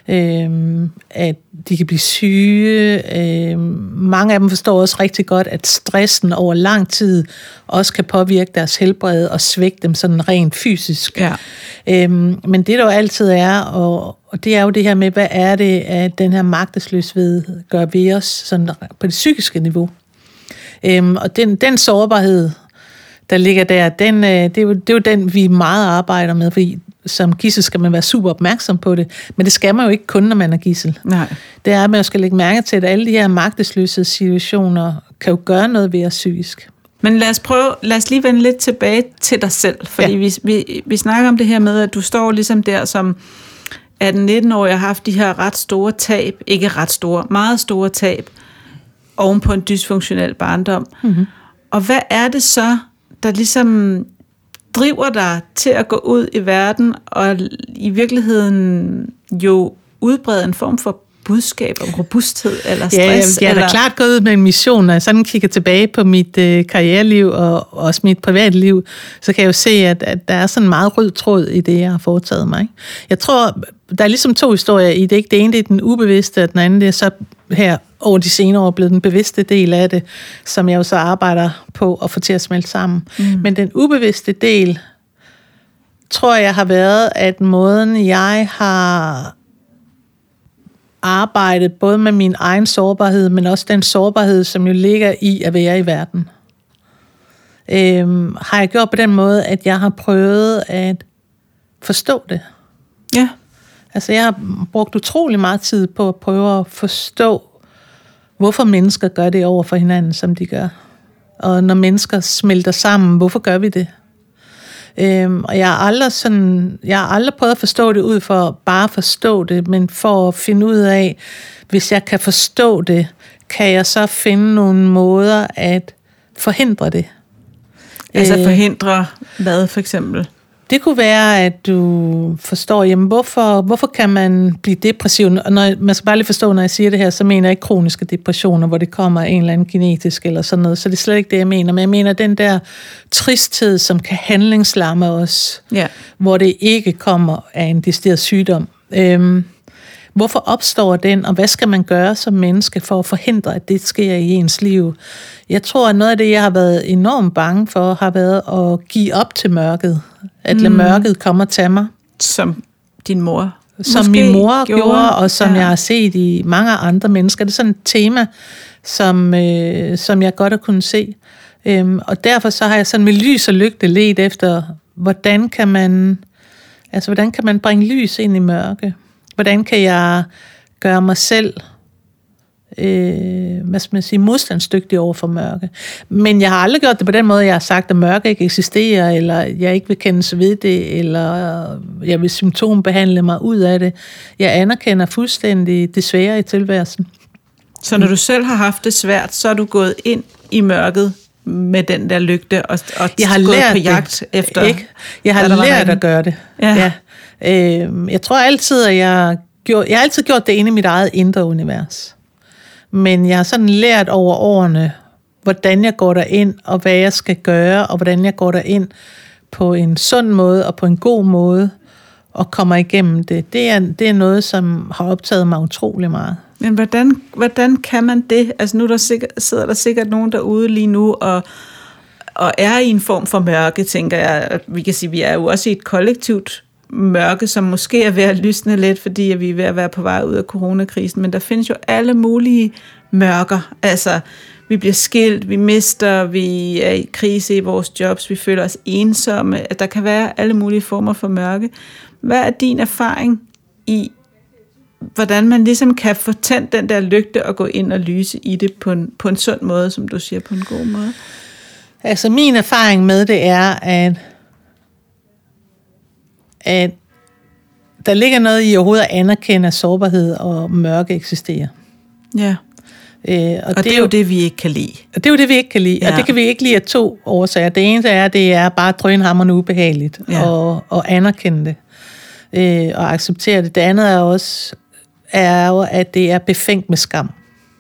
øhm, at de kan blive syge. Øhm, mange af dem forstår også rigtig godt, at stressen over lang tid også kan påvirke deres helbred og svække dem sådan rent fysisk. Ja. Øhm, men det der jo altid er, og Og det er jo det her med, hvad er det, at den her magtesløshed gør ved os sådan på det psykiske niveau. Øhm, og den, den sårbarhed, der ligger der, den, øh, det, er jo, det er jo den, vi meget arbejder med, fordi som gidsel skal man være super opmærksom på det, men det skal man jo ikke kun, når man er gidsel. Nej. Det er, at man skal lægge mærke til, at alle de her magtesløshedssituationer kan jo gøre noget ved os psykisk. Men lad os prøve, lad os lige vende lidt tilbage til dig selv, fordi ja. vi, vi, vi snakker om det her med, at du står ligesom der som atten-nitten-årig har haft de her ret store tab, ikke ret store, meget store tab, oven på en dysfunktionel barndom. Mm-hmm. Og hvad er det så, der ligesom driver dig til at gå ud i verden, og i virkeligheden jo udbrede en form for budskab om robusthed eller stress? Ja, jeg er da eller? klart gået ud med en mission, når jeg sådan kigger tilbage på mit øh, karriereliv og også mit privatliv, så kan jeg jo se, at, at der er sådan en meget rød tråd i det, jeg har foretaget mig. Ikke? Jeg tror, der er ligesom to historier i det. Ikke? Det ene det er den ubevidste, og den anden det er så her over de senere år blevet den bevidste del af det, som jeg jo så arbejder på at få til at smelte sammen. Mm. Men den ubevidste del, tror jeg har været, at måden jeg har arbejdet både med min egen sårbarhed, men også den sårbarhed, som jo ligger i at være i verden. Øhm, har jeg gjort på den måde, at jeg har prøvet at forstå det. Ja. Altså jeg har brugt utrolig meget tid på at prøve at forstå, hvorfor mennesker gør det over for hinanden, som de gør. Og når mennesker smelter sammen, hvorfor gør vi det? Øhm, og jeg har aldrig sådan, jeg har aldrig prøvet at forstå det ud for bare at forstå det, men for at finde ud af, hvis jeg kan forstå det, kan jeg så finde nogle måder at forhindre det. Altså forhindre hvad for eksempel? Det kunne være, at du forstår, jamen hvorfor, hvorfor kan man blive depressiv? Og når, man skal bare lige forstå, når jeg siger det her, så mener jeg ikke kroniske depressioner, hvor det kommer af en eller anden genetisk eller sådan noget. Så det er slet ikke det, jeg mener. Men jeg mener den der tristhed, som kan handlingslamme os, ja. hvor det ikke kommer af en decideret sygdom. Øhm, hvorfor opstår den, og hvad skal man gøre som menneske for at forhindre, at det sker i ens liv? Jeg tror, at noget af det, jeg har været enormt bange for, har været at give op til mørket. At lade mm. mørket komme og tage mig. Som din mor Som måske min mor gjorde, gjorde og som ja. jeg har set i mange andre mennesker. Det er sådan et tema, som, øh, som jeg godt har kunnet se. Øhm, og derfor så har jeg sådan med lys og lygte ledt efter, hvordan kan man, altså, hvordan kan man bringe lys ind i mørke? Hvordan kan jeg gøre mig selv øh, hvad skal man sige, modstandsdygtig over for mørke? Men jeg har aldrig gjort det på den måde, jeg har sagt, at mørke ikke eksisterer, eller jeg ikke vil kendes ved det, eller jeg vil symptombehandle mig ud af det. Jeg anerkender fuldstændig det svære i tilværelsen. Så når du selv har haft det svært, så er du gået ind i mørket med den der lygte og, og jeg har gået lært på jagt det. efter... Ikke? Jeg har lært at gøre det. Ja. Ja. Øh, jeg tror altid, at jeg, gjorde, jeg har altid gjort det inde i mit eget indre univers. Men jeg har sådan lært over årene, hvordan jeg går derind, og hvad jeg skal gøre, og hvordan jeg går derind på en sund måde, og på en god måde, og kommer igennem det. Det er, det er noget, som har optaget mig utrolig meget. Men hvordan, hvordan kan man det? Altså nu der sikkert, sidder der sikkert nogen derude lige nu, og, og er i en form for mørke, tænker jeg. Vi kan sige, vi er jo også i et kollektivt mørke, som måske er ved at lysne lidt, fordi vi er ved at være på vej ud af coronakrisen, men der findes jo alle mulige mørker. Altså, vi bliver skilt, vi mister, vi er i krise i vores jobs, vi føler os ensomme, at der kan være alle mulige former for mørke. Hvad er din erfaring i, hvordan man ligesom kan få tændt den der lygte og gå ind og lyse i det på en, på en sund måde, som du siger, på en god måde? Altså, min erfaring med det er, at at der ligger noget i overhovedet at anerkende, at sårbarhed og mørke eksisterer. Ja, øh, og, og det, det er jo det, vi ikke kan lide. Og det er jo det, vi ikke kan lide, ja. Og det kan vi ikke lide af to årsager. Det ene er, at det er bare drønhamrende ubehageligt, ja. og, og anerkende det, øh, og acceptere det. Det andet er også, er jo, at det er befængt med skam.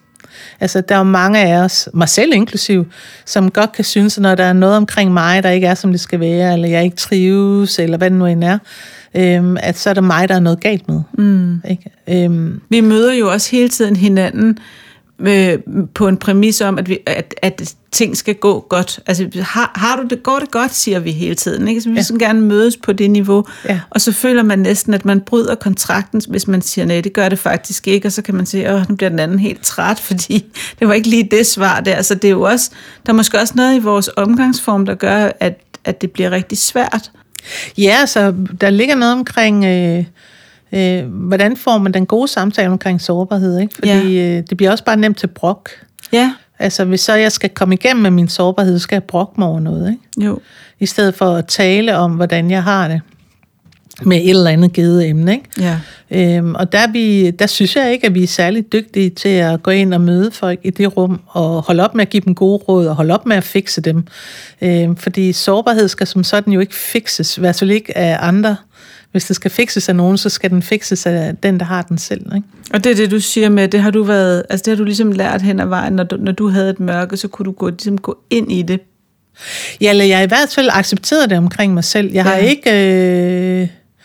Altså, der er jo mange af os, mig selv inklusiv, som godt kan synes, at når der er noget omkring mig, der ikke er, som det skal være, eller jeg ikke trives, eller hvad det nu end er, øhm, at så er det mig, der er noget galt med. Mm. Ikke? Øhm. Vi møder jo også hele tiden hinanden øh, på en præmis om, at, vi, at, at ting skal gå godt. Altså, har, har du det, går det godt, siger vi hele tiden. Ikke? Så vi vil ja. sådan gerne mødes på det niveau. Ja. Og så føler man næsten, at man bryder kontrakten, hvis man siger, nej, det gør det faktisk ikke. Og så kan man sige, åh, nu bliver den anden helt træt, fordi det var ikke lige det svar der. Så det er jo også, der er måske også noget i vores omgangsform, der gør, at, at det bliver rigtig svært. Ja, så der ligger noget omkring... Øh Øh, hvordan får man den gode samtale omkring sårbarhed, ikke? Fordi ja. øh, det bliver også bare nemt til brok. Ja. Altså, hvis så jeg skal komme igennem med min sårbarhed, så skal jeg brokke mig over noget, ikke? Jo. I stedet for at tale om, hvordan jeg har det med et eller andet givet emne, ikke? Ja. Øhm, og der, vi, der synes jeg ikke, at vi er særlig dygtige til at gå ind og møde folk i det rum, og holde op med at give dem gode råd, og holde op med at fikse dem. Øhm, fordi sårbarhed skal som sådan jo ikke fikses, i hvert fald ikke af andre. Hvis det skal fikses af nogen, så skal den fikses af den, der har den selv, ikke? Og det er det, du siger med, det har du været, altså det har du ligesom lært hen ad vejen, når du, når du havde et mørke, så kunne du gå, ligesom gå ind i det. Ja, eller jeg har i hvert fald accepteret det omkring mig selv. Jeg har ja. ikke, øh,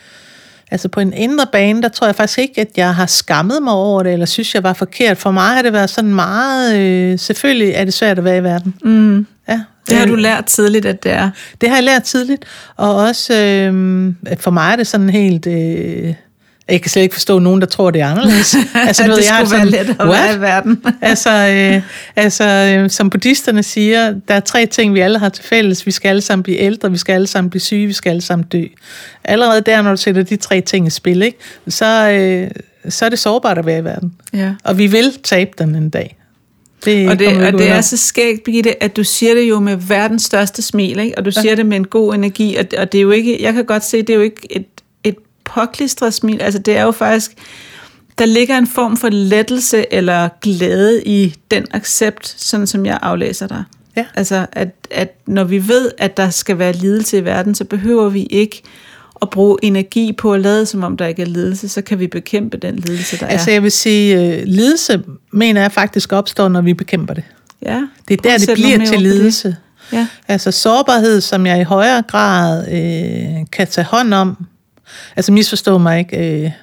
altså på en indre bane, der tror jeg faktisk ikke, at jeg har skammet mig over det, eller synes, jeg var forkert. For mig har det været sådan meget, øh, selvfølgelig er det svært at være i verden. Mm. Ja. Det har du lært tidligt, at det er. Det har jeg lært tidligt, og også øh, for mig er det sådan helt... Øh, jeg kan slet ikke forstå nogen, der tror, det er anderledes. Altså, det ved, skulle jeg være let at være i verden. altså, øh, altså øh, som buddhisterne siger, der er tre ting, vi alle har til fælles. Vi skal alle sammen blive ældre, vi skal alle sammen blive syge, vi skal alle sammen dø. Allerede der, når du sætter de tre ting i spil, ikke, så, øh, så er det sårbart at være i verden. Ja. Og vi vil tabe den en dag. Det og det, og det er så skægt, Birgitte, at du siger det jo med verdens største smil, ikke? Og du siger ja. det med en god energi, og, og det er jo ikke, jeg kan godt se, det er jo ikke et, et påklistret smil, altså det er jo faktisk, der ligger en form for lettelse eller glæde i den accept, sådan som jeg aflæser dig. Ja. Altså, at, at når vi ved, at der skal være lidelse i verden, så behøver vi ikke at bruge energi på at lade, som om der ikke er lidelse, så kan vi bekæmpe den lidelse, der altså, er. Altså, jeg vil sige, uh, lidelse, mener jeg faktisk opstår, når vi bekæmper det. Ja. Det er der, det bliver til lidelse. Ja. Altså sårbarhed, som jeg i højere grad øh, kan tage hånd om. Altså misforstå mig ikke. Øh,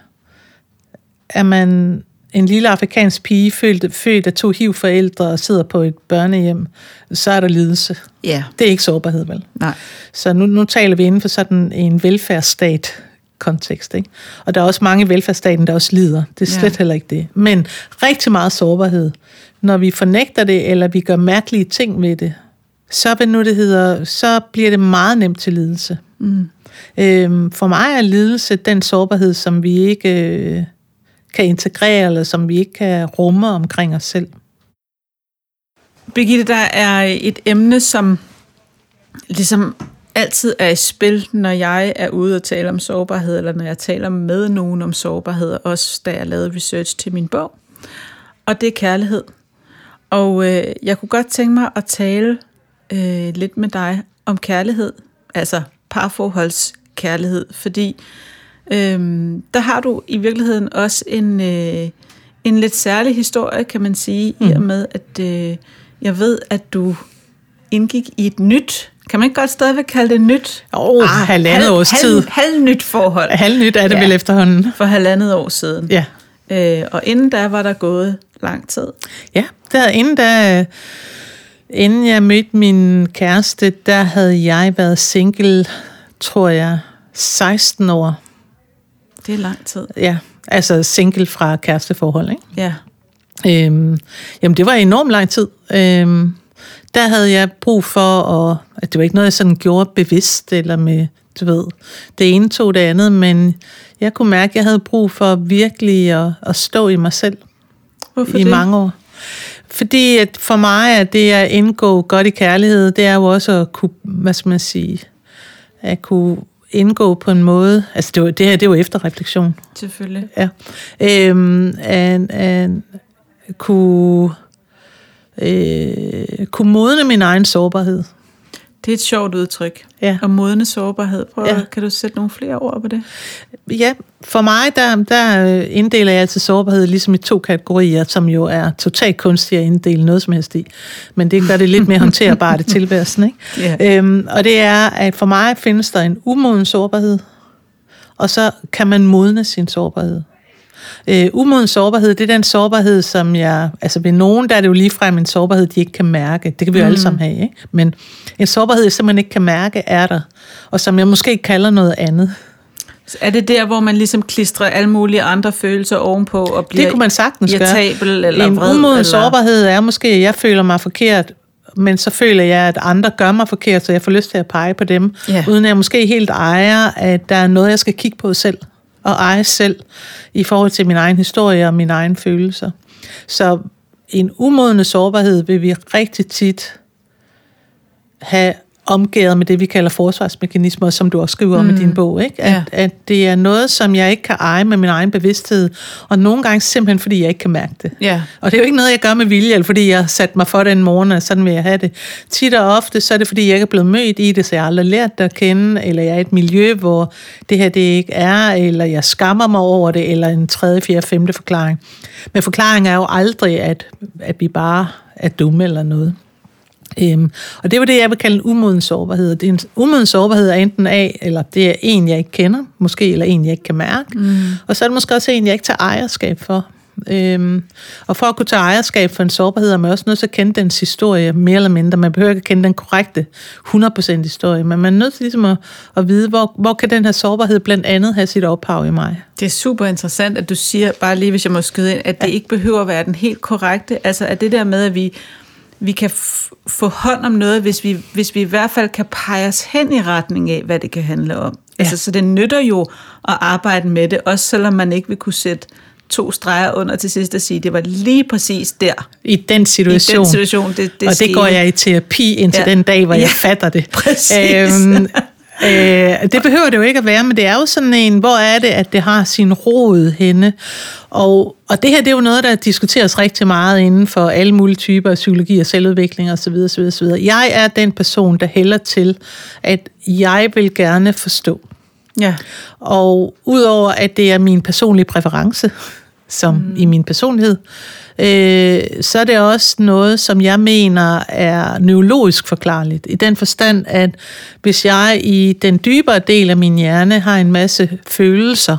er man en lille afrikansk pige, født, født af to H I V-forældre og sidder på et børnehjem, så er der lidelse. Ja. Det er ikke sårbarhed, vel? Nej. Så nu, nu taler vi inden for sådan en velfærdsstat-kontekst, ikke? Og der er også mange i velfærdsstaten, der også lider. Det er slet ja. heller ikke det. Men rigtig meget sårbarhed. Når vi fornægter det, eller vi gør mærkelige ting ved det, så, hvad nu det hedder, så bliver det meget nemt til lidelse. Mm. Øhm, for mig er lidelse den sårbarhed, som vi ikke øh, kan integrere, eller som vi ikke kan rumme omkring os selv. Birgitte, der er et emne, som ligesom altid er i spil, når jeg er ude og tale om sårbarhed, eller når jeg taler med nogen om sårbarhed, også da jeg lavede research til min bog. Og det er kærlighed. Og øh, jeg kunne godt tænke mig at tale øh, lidt med dig om kærlighed, altså parforholdskærlighed, fordi øh, der har du i virkeligheden også en, øh, en lidt særlig historie, kan man sige, mm. i og med, at øh, jeg ved, at du indgik i et nyt, kan man ikke godt stadigvæk kalde det nyt? Oh, ah, halvandet halv, års halv, tid. Halvnyt forhold. Halvnyt er det ja, vel efterhånden. For halvandet år siden. Ja. Øh, og inden da var der gået lang tid. Ja, der, inden, da, inden jeg mødte min kæreste, der havde jeg været single, tror jeg, seksten år. Det er lang tid. Ja, altså single fra kæresteforhold, ikke? Ja. Øhm, jamen, det var enormt lang tid. Øhm, der havde jeg brug for, at, at det var ikke noget, jeg sådan gjorde bevidst, eller med, du ved, det ene tog det andet, men jeg kunne mærke, at jeg havde brug for virkelig at, at stå i mig selv. Hvorfor i det? mange år. Fordi at for mig er det at indgå godt i kærlighed, det er jo også at kunne, hvad skal man sige, at kunne indgå på en måde, altså det, var, det her, det var efterrefleksion. Selvfølgelig. Ja. Øhm, at, at kunne, øh, kunne modne min egen sårbarhed. Det er et sjovt udtryk. Ja. Og modne sårbarhed. Prøv, ja. Kan du sætte nogle flere ord på det? Ja, for mig, der, der inddeler jeg altid sårbarhed ligesom i to kategorier, som jo er totalt kunstige at inddele noget som helst i. Men det gør det lidt mere håndterbart i tilværelsen, ikke? Yeah. Øhm, og det er, at for mig findes der en umoden sårbarhed, og så kan man modne sin sårbarhed. Øh, umoden sårbarhed, det er den sårbarhed, som jeg, altså ved nogen, der er det jo ligefrem en sårbarhed, de ikke kan mærke. Det kan vi jo mm. alle sammen have, ikke? Men en sårbarhed, som man ikke kan mærke, er der, og som jeg måske kalder noget andet. Er det der, hvor man ligesom klistrer alle mulige andre følelser ovenpå og bliver det kunne man sagtens irritabel gøre. Eller en vred? En umoden eller... sårbarhed er måske, at jeg føler mig forkert, men så føler jeg, at andre gør mig forkert, så jeg får lyst til at pege på dem, yeah. uden at jeg måske helt ejer, at der er noget, jeg skal kigge på selv, og eje selv, i forhold til min egen historie og mine egne følelser. Så en umodende sårbarhed vil vi rigtig tit have omgået med det, vi kalder forsvarsmekanismer, som du også skriver om mm. i din bog, ikke? At, ja. at det er noget, som jeg ikke kan eje med min egen bevidsthed, og nogle gange simpelthen, fordi jeg ikke kan mærke det. Ja. Og det er jo ikke noget, jeg gør med vilje, eller fordi jeg har sat mig for den morgen, og sådan vil jeg have det. Tit og ofte, så er det, fordi jeg ikke er blevet mødt i det, så jeg aldrig lært det at kende, eller jeg er i et miljø, hvor det her det ikke er, eller jeg skammer mig over det, eller en tredje, fjerde, femte forklaring. Men forklaringen er jo aldrig, at, at vi bare er dumme eller noget. Øhm, og det var det, jeg vil kalde en umoden sårbarhed. Det er en umoden sårbarhed er enten af, eller det er en, jeg ikke kender, måske, eller en, jeg ikke kan mærke. Mm. Og så er det måske også en, jeg ikke tager ejerskab for. Øhm, og for at kunne tage ejerskab for en sårbarhed, er man også nødt til at kende dens historie, mere eller mindre. Man behøver ikke at kende den korrekte hundrede procent historie, men man er nødt til ligesom at, at vide, hvor, hvor kan den her sårbarhed blandt andet have sit ophav i mig. Det er super interessant, at du siger, bare lige hvis jeg må skyde ind, at det ja. ikke behøver at være den helt korrekte. Altså at det der med, at vi Vi kan f- få hånd om noget, hvis vi, hvis vi i hvert fald kan pege os hen i retning af, hvad det kan handle om. Ja. Altså, så det nytter jo at arbejde med det, også selvom man ikke vil kunne sætte to streger under til sidst og sige, det var lige præcis der. I den situation. I den situation, det, det Og det skete. går jeg i terapi indtil ja. den dag, hvor jeg ja. fatter det. Præcis. Øhm, øh, det behøver det jo ikke at være, men det er jo sådan en, hvor er det, at det har sin rod henne. Og, og det her, det er jo noget, der diskuteres rigtig meget inden for alle mulige typer af psykologi og selvudvikling osv. osv., osv. Jeg er den person, der hælder til, at jeg vil gerne forstå. Ja. Og udover at det er min personlige præference, som mm. i min personlighed, øh, så er det også noget, som jeg mener er neurologisk forklarligt. I den forstand, at hvis jeg i den dybere del af min hjerne har en masse følelser,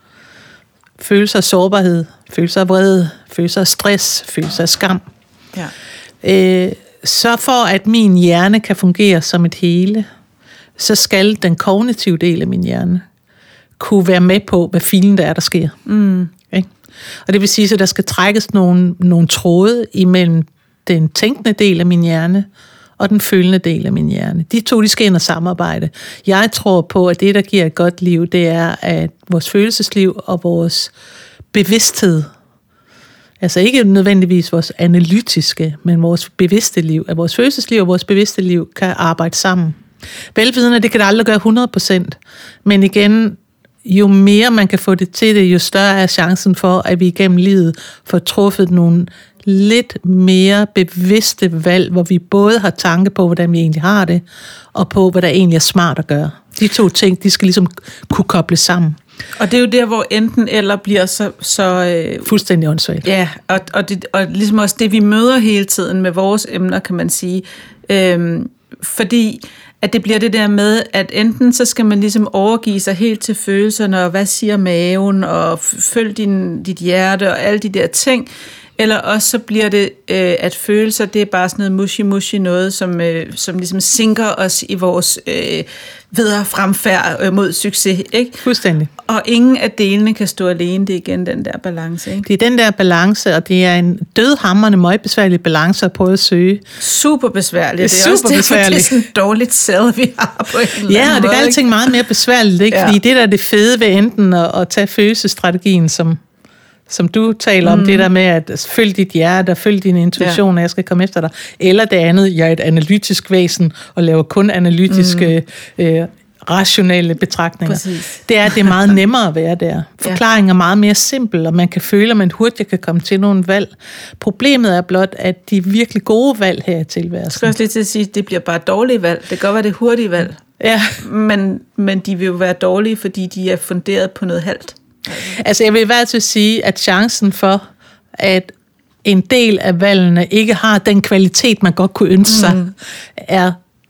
følelser af sårbarhed, følelser af vrede, følelser af stress, følelser af skam, ja. øh, så for at min hjerne kan fungere som et hele, så skal den kognitive del af min hjerne kunne være med på, hvad filen der er, der sker. Mm. Okay? Og det vil sige, at der skal trækkes nogle, nogle tråde imellem den tænkende del af min hjerne og den følende del af min hjerne. De to, de skal ind og samarbejde. Jeg tror på, at det, der giver et godt liv, det er, at vores følelsesliv og vores bevidsthed, altså ikke nødvendigvis vores analytiske, men vores bevidste liv, at vores følelsesliv og vores bevidste liv kan arbejde sammen. Velvidende, det kan det aldrig gøre hundrede procent, men igen, jo mere man kan få det til det, jo større er chancen for, at vi igennem livet får truffet nogle lidt mere bevidste valg, hvor vi både har tanke på, hvordan vi egentlig har det, og på, hvad der egentlig er smart at gøre. De to ting, de skal ligesom kunne kobles sammen. Og det er jo der, hvor enten eller bliver så... så øh, fuldstændig åndssvagt. Ja, og, og, det, og ligesom også det, vi møder hele tiden med vores emner, kan man sige. Øhm, fordi at det bliver det der med, at enten så skal man ligesom overgive sig helt til følelserne, og hvad siger maven, og følg din, dit hjerte, og alle de der ting, eller også så bliver det, øh, at følelser, det er bare sådan noget mushy-mushy noget, som, øh, som ligesom sinker os i vores øh, videre fremfærd øh, mod succes, ikke? Fuldstændig. Og ingen af delene kan stå alene, det er igen den der balance, ikke? Det er den der balance, og det er en dødhamrende, møgbesværlig balance at prøve at søge. Super besværligt. Det er, det er super besværligt. Det er sådan et dårligt selv, vi har på en eller anden Ja, og det gør måde, alting meget mere besværligt, ikke? Ja. Fordi det der er det fede ved enten at, at tage følelsesstrategien, som som du taler mm. om, det der med at følge dit hjerte og følge din intuition, ja. Og jeg skal komme efter dig. Eller det andet, jeg er et analytisk væsen og laver kun analytiske, mm. øh, rationelle betragtninger. Præcis. Det er, at det er meget nemmere at være der. Forklaringen er meget mere simpel, og man kan føle, at man hurtigt kan komme til nogle valg. Problemet er blot, at de virkelig gode valg her i tilværelsen. Jeg skal også lige til at sige, at det bliver bare dårlige valg. Det kan godt være, det er hurtige valg. Ja. Men, men de vil jo være dårlige, fordi de er funderet på noget halvt. Altså jeg vil i hvert fald sige, at chancen for, at en del af valgene ikke har den kvalitet, man godt kunne ønske sig, mm. er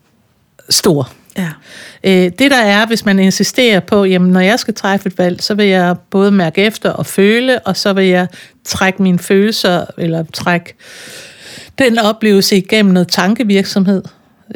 stor. Ja. Det der er, hvis man insisterer på, jamen når jeg skal træffe et valg, så vil jeg både mærke efter og føle, og så vil jeg trække mine følelser, eller trække den oplevelse igennem noget tankevirksomhed.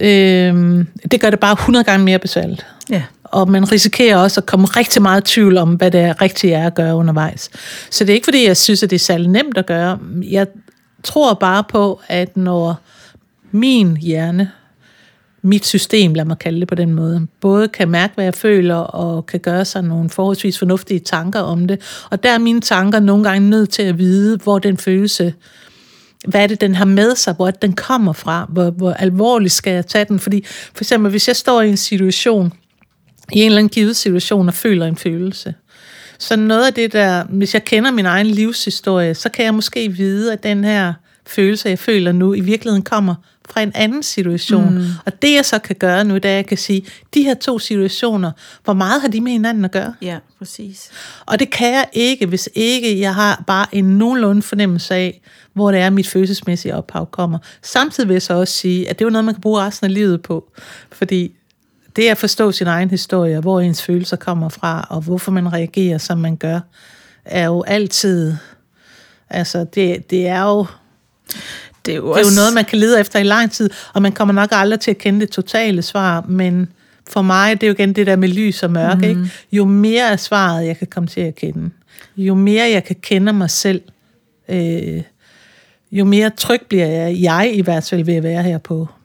Det gør det bare hundrede gange mere besværligt. Ja. Og man risikerer også at komme rigtig meget i tvivl om, hvad det er rigtigt er at gøre undervejs. Så det er ikke, fordi jeg synes, at det er særlig nemt at gøre. Jeg tror bare på, at når min hjerne, mit system, lad mig kalde det på den måde, både kan mærke, hvad jeg føler, og kan gøre sig nogle forholdsvis fornuftige tanker om det. Og der er mine tanker nogle gange nødt til at vide, hvor den følelse, hvad er det, den har med sig, hvor den kommer fra, hvor, hvor alvorligt skal jeg tage den. Fordi for eksempel, hvis jeg står i en situation, i en eller anden givet situation og føler en følelse. Så noget af det der, hvis jeg kender min egen livshistorie, så kan jeg måske vide, at den her følelse, jeg føler nu, i virkeligheden kommer fra en anden situation. Mm. Og det jeg så kan gøre nu, det er, at jeg kan sige, de her to situationer, hvor meget har de med hinanden at gøre? Ja, præcis. Og det kan jeg ikke, hvis ikke jeg har bare en nogenlunde fornemmelse af, hvor det er, mit følelsesmæssige ophav kommer. Samtidig vil jeg så også sige, at det er jo noget, man kan bruge resten af livet på. Fordi det at forstå sin egen historie, hvor ens følelser kommer fra, og hvorfor man reagerer, som man gør, er jo altid, altså det, det er jo, det er jo, det er jo noget, man kan lede efter i lang tid, og man kommer nok aldrig til at kende det totale svar, men for mig, det er jo igen det der med lys og mørke, mm. ikke? Jo mere af svaret, jeg kan komme til at kende, jo mere jeg kan kende mig selv, øh, jo mere tryg bliver jeg, jeg i hvert fald ved at være her på,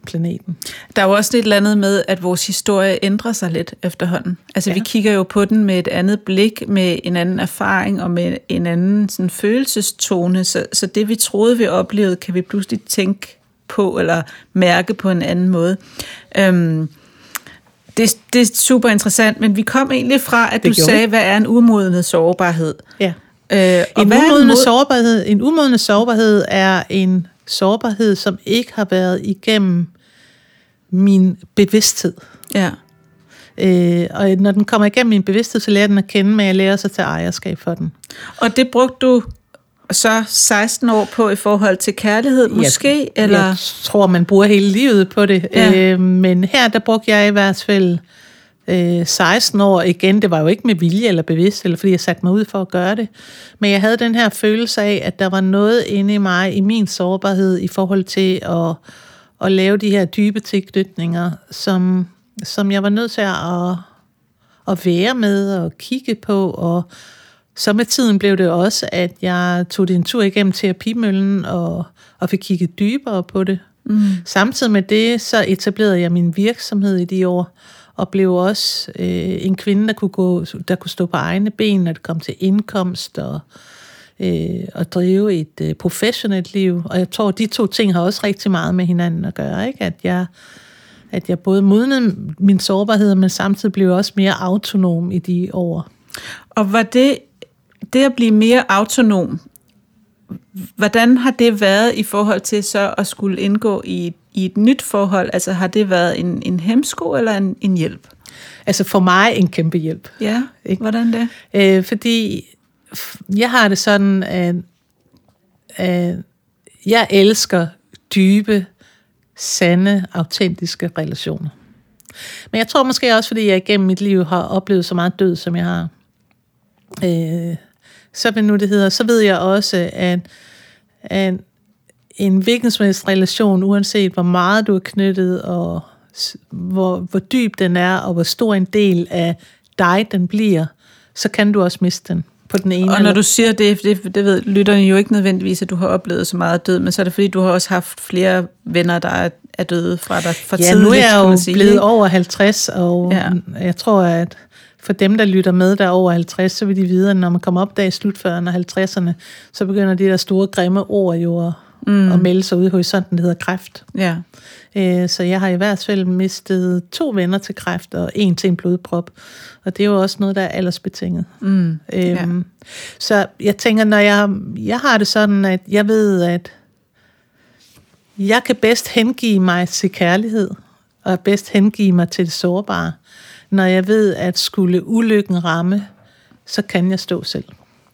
planeten. Der er jo også et eller andet med, at vores historie ændrer sig lidt efterhånden. Altså ja. Vi kigger jo på den med et andet blik, med en anden erfaring og med en anden sådan, følelsestone. Så, så det vi troede vi oplevede, kan vi pludselig tænke på eller mærke på en anden måde. Øhm, det, det er super interessant, men vi kom egentlig fra, at det du sagde, hvad er en umodnet sårbarhed? Ja. Øh, og en, umodnet mod... sårbarhed, en umodnet sårbarhed er en sårbarhed, som ikke har været igennem min bevidsthed. Ja. Øh, og når den kommer igennem min bevidsthed, så lærer den at kende, men jeg lærer sig til ejerskab for den. Og det brugte du så seksten år på i forhold til kærlighed, måske? Jeg, eller? jeg tror, man bruger hele livet på det. Ja. Øh, men her, der brugte jeg i hvert fald øh, seksten år. Igen, det var jo ikke med vilje eller bevidst, eller fordi jeg satte mig ud for at gøre det. Men jeg havde den her følelse af, at der var noget inde i mig, i min sårbarhed, i forhold til at, at lave de her dybe tilknytninger, som, som jeg var nødt til at, at være med og kigge på. Og så med tiden blev det også, at jeg tog det en tur igennem terapimøllen og, og fik kigget dybere på det. Mm. Samtidig med det, så etablerede jeg min virksomhed i de år, og blev også øh, en kvinde, der kunne, gå, der kunne stå på egne ben, når det kom til indkomst og, øh, og drive et øh, professionelt liv. Og jeg tror, de to ting har også rigtig meget med hinanden at gøre, ikke? At jeg, at jeg både modnede min sårbarhed, men samtidig blev også mere autonom i de år. Og var det, det at blive mere autonom, hvordan har det været i forhold til så at skulle indgå i, i et nyt forhold? Altså har det været en, en hemsko eller en, en hjælp? Altså for mig en kæmpe hjælp. Ja, ikke? Hvordan det? Øh, fordi jeg har det sådan, at, at jeg elsker dybe, sande, autentiske relationer. Men jeg tror måske også, fordi jeg igennem mit liv har oplevet så meget død, som jeg har. Øh, så, vil nu det hedder, så ved jeg også, at, at en hvilken som helst relation, uanset hvor meget du er knyttet, og hvor, hvor dyb den er, og hvor stor en del af dig den bliver, så kan du også miste den på den ene. Og når eller... du siger det, det, det ved lytterne jo ikke nødvendigvis, at du har oplevet så meget død, men så er det fordi, du har også haft flere venner, der er, er døde fra dig for ja, tidligt. Ja, nu er jeg jo sige, blevet ikke? over halvtreds, og ja. Jeg tror, at for dem, der lytter med, der er over halvtreds, så vil de vide, at når man kommer op der i slutfyrrerne og halvtredserne, så begynder de der store, grimme ord jo at, mm. at melde sig ud i horisonten, det hedder kræft. Ja. Øh, så jeg har i hvert fald mistet to venner til kræft, og en til en blodprop. Og det er jo også noget, der er aldersbetinget. Mm. Øhm, ja. Så jeg tænker, når jeg, jeg har det sådan, at jeg ved, at jeg kan bedst hengive mig til kærlighed, og bedst hengive mig til det sårbare, når jeg ved, at skulle ulykken ramme, så kan jeg stå selv.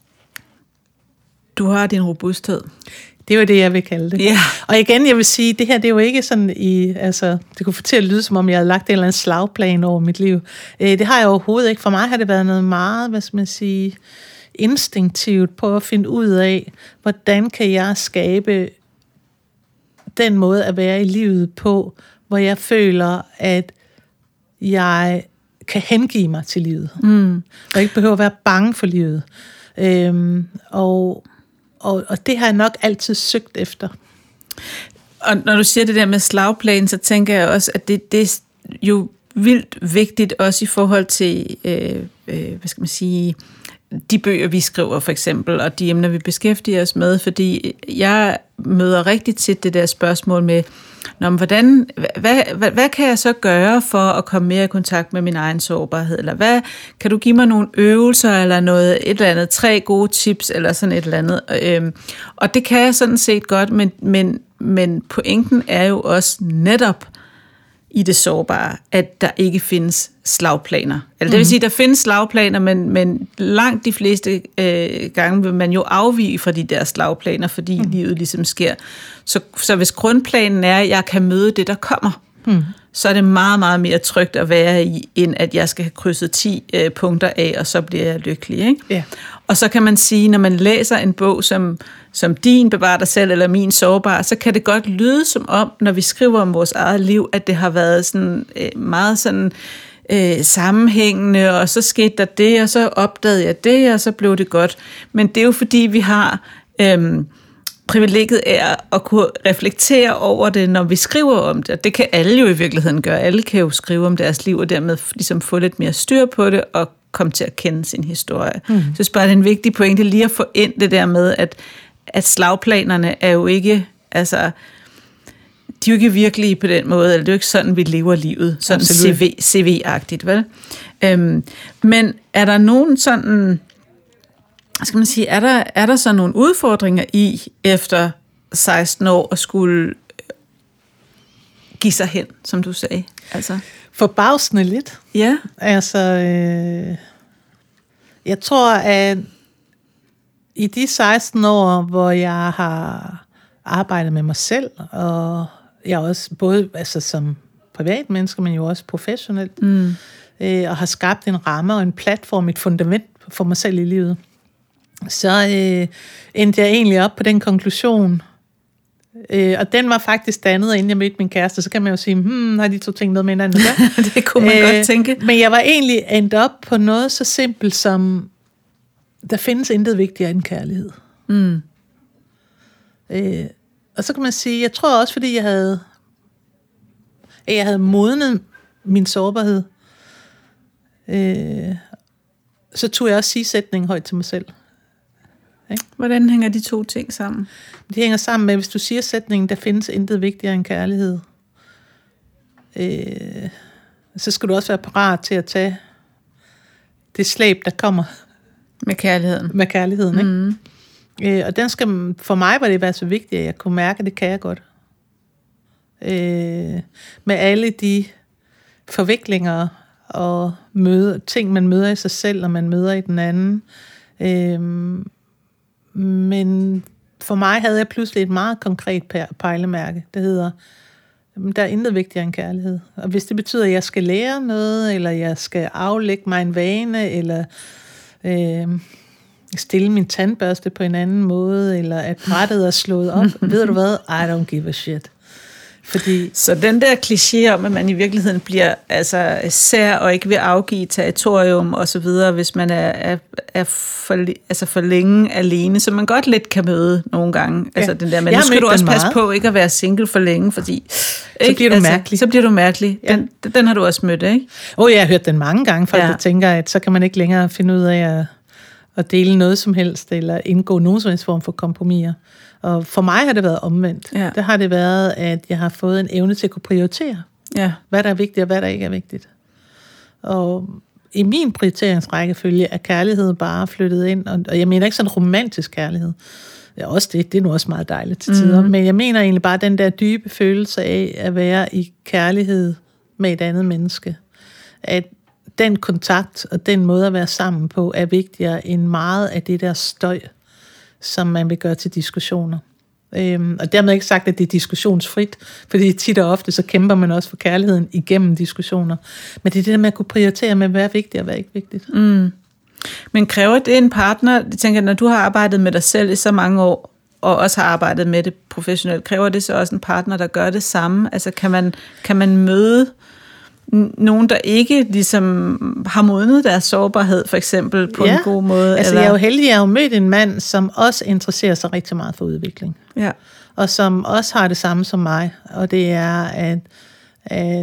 Du har din robusthed. Det er jo det, jeg vil kalde det. Yeah. Og igen, jeg vil sige, det her, det er jo ikke sådan i, altså, det kunne få til at lyde, som om jeg havde lagt en eller anden slagplan over mit liv. Det har jeg overhovedet ikke. For mig har det været noget meget, hvad skal man sige, instinktivt på at finde ud af, hvordan kan jeg skabe den måde at være i livet på, hvor jeg føler, at jeg kan hengive mig til livet. Mm. Og ikke behøver at være bange for livet. Øhm, og, og, og det har jeg nok altid søgt efter. Og når du siger det der med slagplan, så tænker jeg også, at det, det er jo vildt vigtigt, også i forhold til, øh, øh, hvad skal man sige, de bøger, vi skriver for eksempel, og de emner, vi beskæftiger os med, fordi jeg møder rigtig tit det der spørgsmål med, Nå, men hvordan, hvad, hvad, hvad kan jeg så gøre for at komme mere i kontakt med min egen sårbarhed? Eller hvad, kan du give mig nogle øvelser, eller noget, et eller andet, tre gode tips, eller sådan et eller andet? Øhm, og det kan jeg sådan set godt, men, men, men pointen er jo også netop i det sårbare, at der ikke findes slagplaner. Eller det vil sige, at der findes slagplaner, men, men langt de fleste øh, gange vil man jo afvige fra de der slagplaner, fordi mm. livet ligesom sker. Så, så hvis grundplanen er, at jeg kan møde det, der kommer, mm. så er det meget, meget mere trygt at være i, end at jeg skal have krydset ti øh, punkter af, og så bliver jeg lykkelig. Ikke? Yeah. Og så kan man sige, når man læser en bog som, som din Bevar dig selv, eller min Sårbar, så kan det godt lyde som om, når vi skriver om vores eget liv, at det har været sådan, øh, meget sådan øh, sammenhængende, og så skete der det, og så opdagede jeg det, og så blev det godt. Men det er jo fordi, vi har... Øh, privilegiet er at kunne reflektere over det, når vi skriver om det. Det kan alle jo i virkeligheden gøre. Alle kan jo skrive om deres liv, og dermed ligesom få lidt mere styr på det, og komme til at kende sin historie. Mm. Så jeg synes bare, det er en vigtig pointe lige at få ind det der med, at, at slagplanerne er jo ikke, altså, de er jo ikke virkelige på den måde, eller det er jo ikke sådan, vi lever livet, sådan C V, C V-agtigt, vel? Øhm, men er der nogen sådan, skal man sige, er der, er der så nogle udfordringer i, efter seksten år, at skulle give sig hen, som du sagde? Altså. Forbavsende lidt. Ja. Altså, øh, jeg tror, at i de seksten år, hvor jeg har arbejdet med mig selv, og jeg også både altså som privatmenneske, men jo også professionelt, mm. øh, og har skabt en ramme og en platform, et fundament for mig selv i livet, så øh, endte jeg egentlig op på den konklusion, øh, og den var faktisk dannet, inden jeg mødte min kæreste, så kan man jo sige, hmm, har de to ting noget med hinanden? Det kunne man øh, godt tænke. Men jeg var egentlig endt op på noget så simpelt som, der findes intet vigtigere end kærlighed. Mm. Øh, og så kan man sige, jeg tror også, fordi jeg havde, jeg havde modnet min sårbarhed, øh, så tog jeg også sige-sætningen højt til mig selv. Ikke? Hvordan hænger de to ting sammen? De hænger sammen med, hvis du siger sætningen, der findes intet vigtigere end kærlighed, øh, så skal du også være parat til at tage det slæb, der kommer med kærligheden. Med kærligheden, ikke? Mm. Øh, og den skal, for mig var det være så vigtigt, at jeg kunne mærke, at det kan jeg godt. Øh, med alle de forviklinger og møde, ting, man møder i sig selv, og man møder i den anden. Øh, men for mig havde jeg pludselig et meget konkret pejlemærke. Det hedder, der er intet vigtigere end kærlighed. Og hvis det betyder, at jeg skal lære noget, eller jeg skal aflægge mig en vane, eller øh, stille min tandbørste på en anden måde, eller at brættet er slået op, ved du hvad? I don't give a shit. Fordi så den der kliché om, at man i virkeligheden bliver altså sær og ikke vil afgive territorium og så videre, hvis man er, er, er for, altså for længe alene, så man godt lidt kan møde nogle gange. Ja. Altså den der, men nu skal du også passe meget. på ikke at være single for længe, fordi så ikke? bliver du altså, mærkelig. Så bliver du mærkelig. Den, ja. den har du også mødt, ikke? Åh, oh, jeg har hørt den mange gange, folk ja. der tænker, at så kan man ikke længere finde ud af at, at dele noget som helst, eller indgå nogen som helst form for kompromiser. Og for mig har det været omvendt. Ja. Der har det været, at jeg har fået en evne til at kunne prioritere, ja. hvad der er vigtigt og hvad der ikke er vigtigt. Og i min prioriteringsrækkefølge er kærlighed bare flyttet ind, og jeg mener ikke sådan romantisk kærlighed. Ja, også det, det er nu også meget dejligt til tider, mm. men jeg mener egentlig bare den der dybe følelse af at være i kærlighed med et andet menneske. At den kontakt og den måde at være sammen på er vigtigere end meget af det der støj, som man vil gøre til diskussioner. Øhm, og dermed ikke sagt, at det er diskussionsfrit, fordi tit og ofte, så kæmper man også for kærligheden igennem diskussioner. Men det er det der med at kunne prioritere med, hvad er vigtigt og hvad er ikke vigtigt. Mm. Men kræver det en partner, jeg tænker, når du har arbejdet med dig selv i så mange år, og også har arbejdet med det professionelt, kræver det så også en partner, der gør det samme? Altså kan man, kan man møde nogen, der ikke ligesom har modnet deres sårbarhed, for eksempel, på ja. en god måde? Altså eller? Jeg er jo heldig, jeg har jo mødt en mand, som også interesserer sig rigtig meget for udvikling. Ja. Og som også har det samme som mig. Og det er, at, at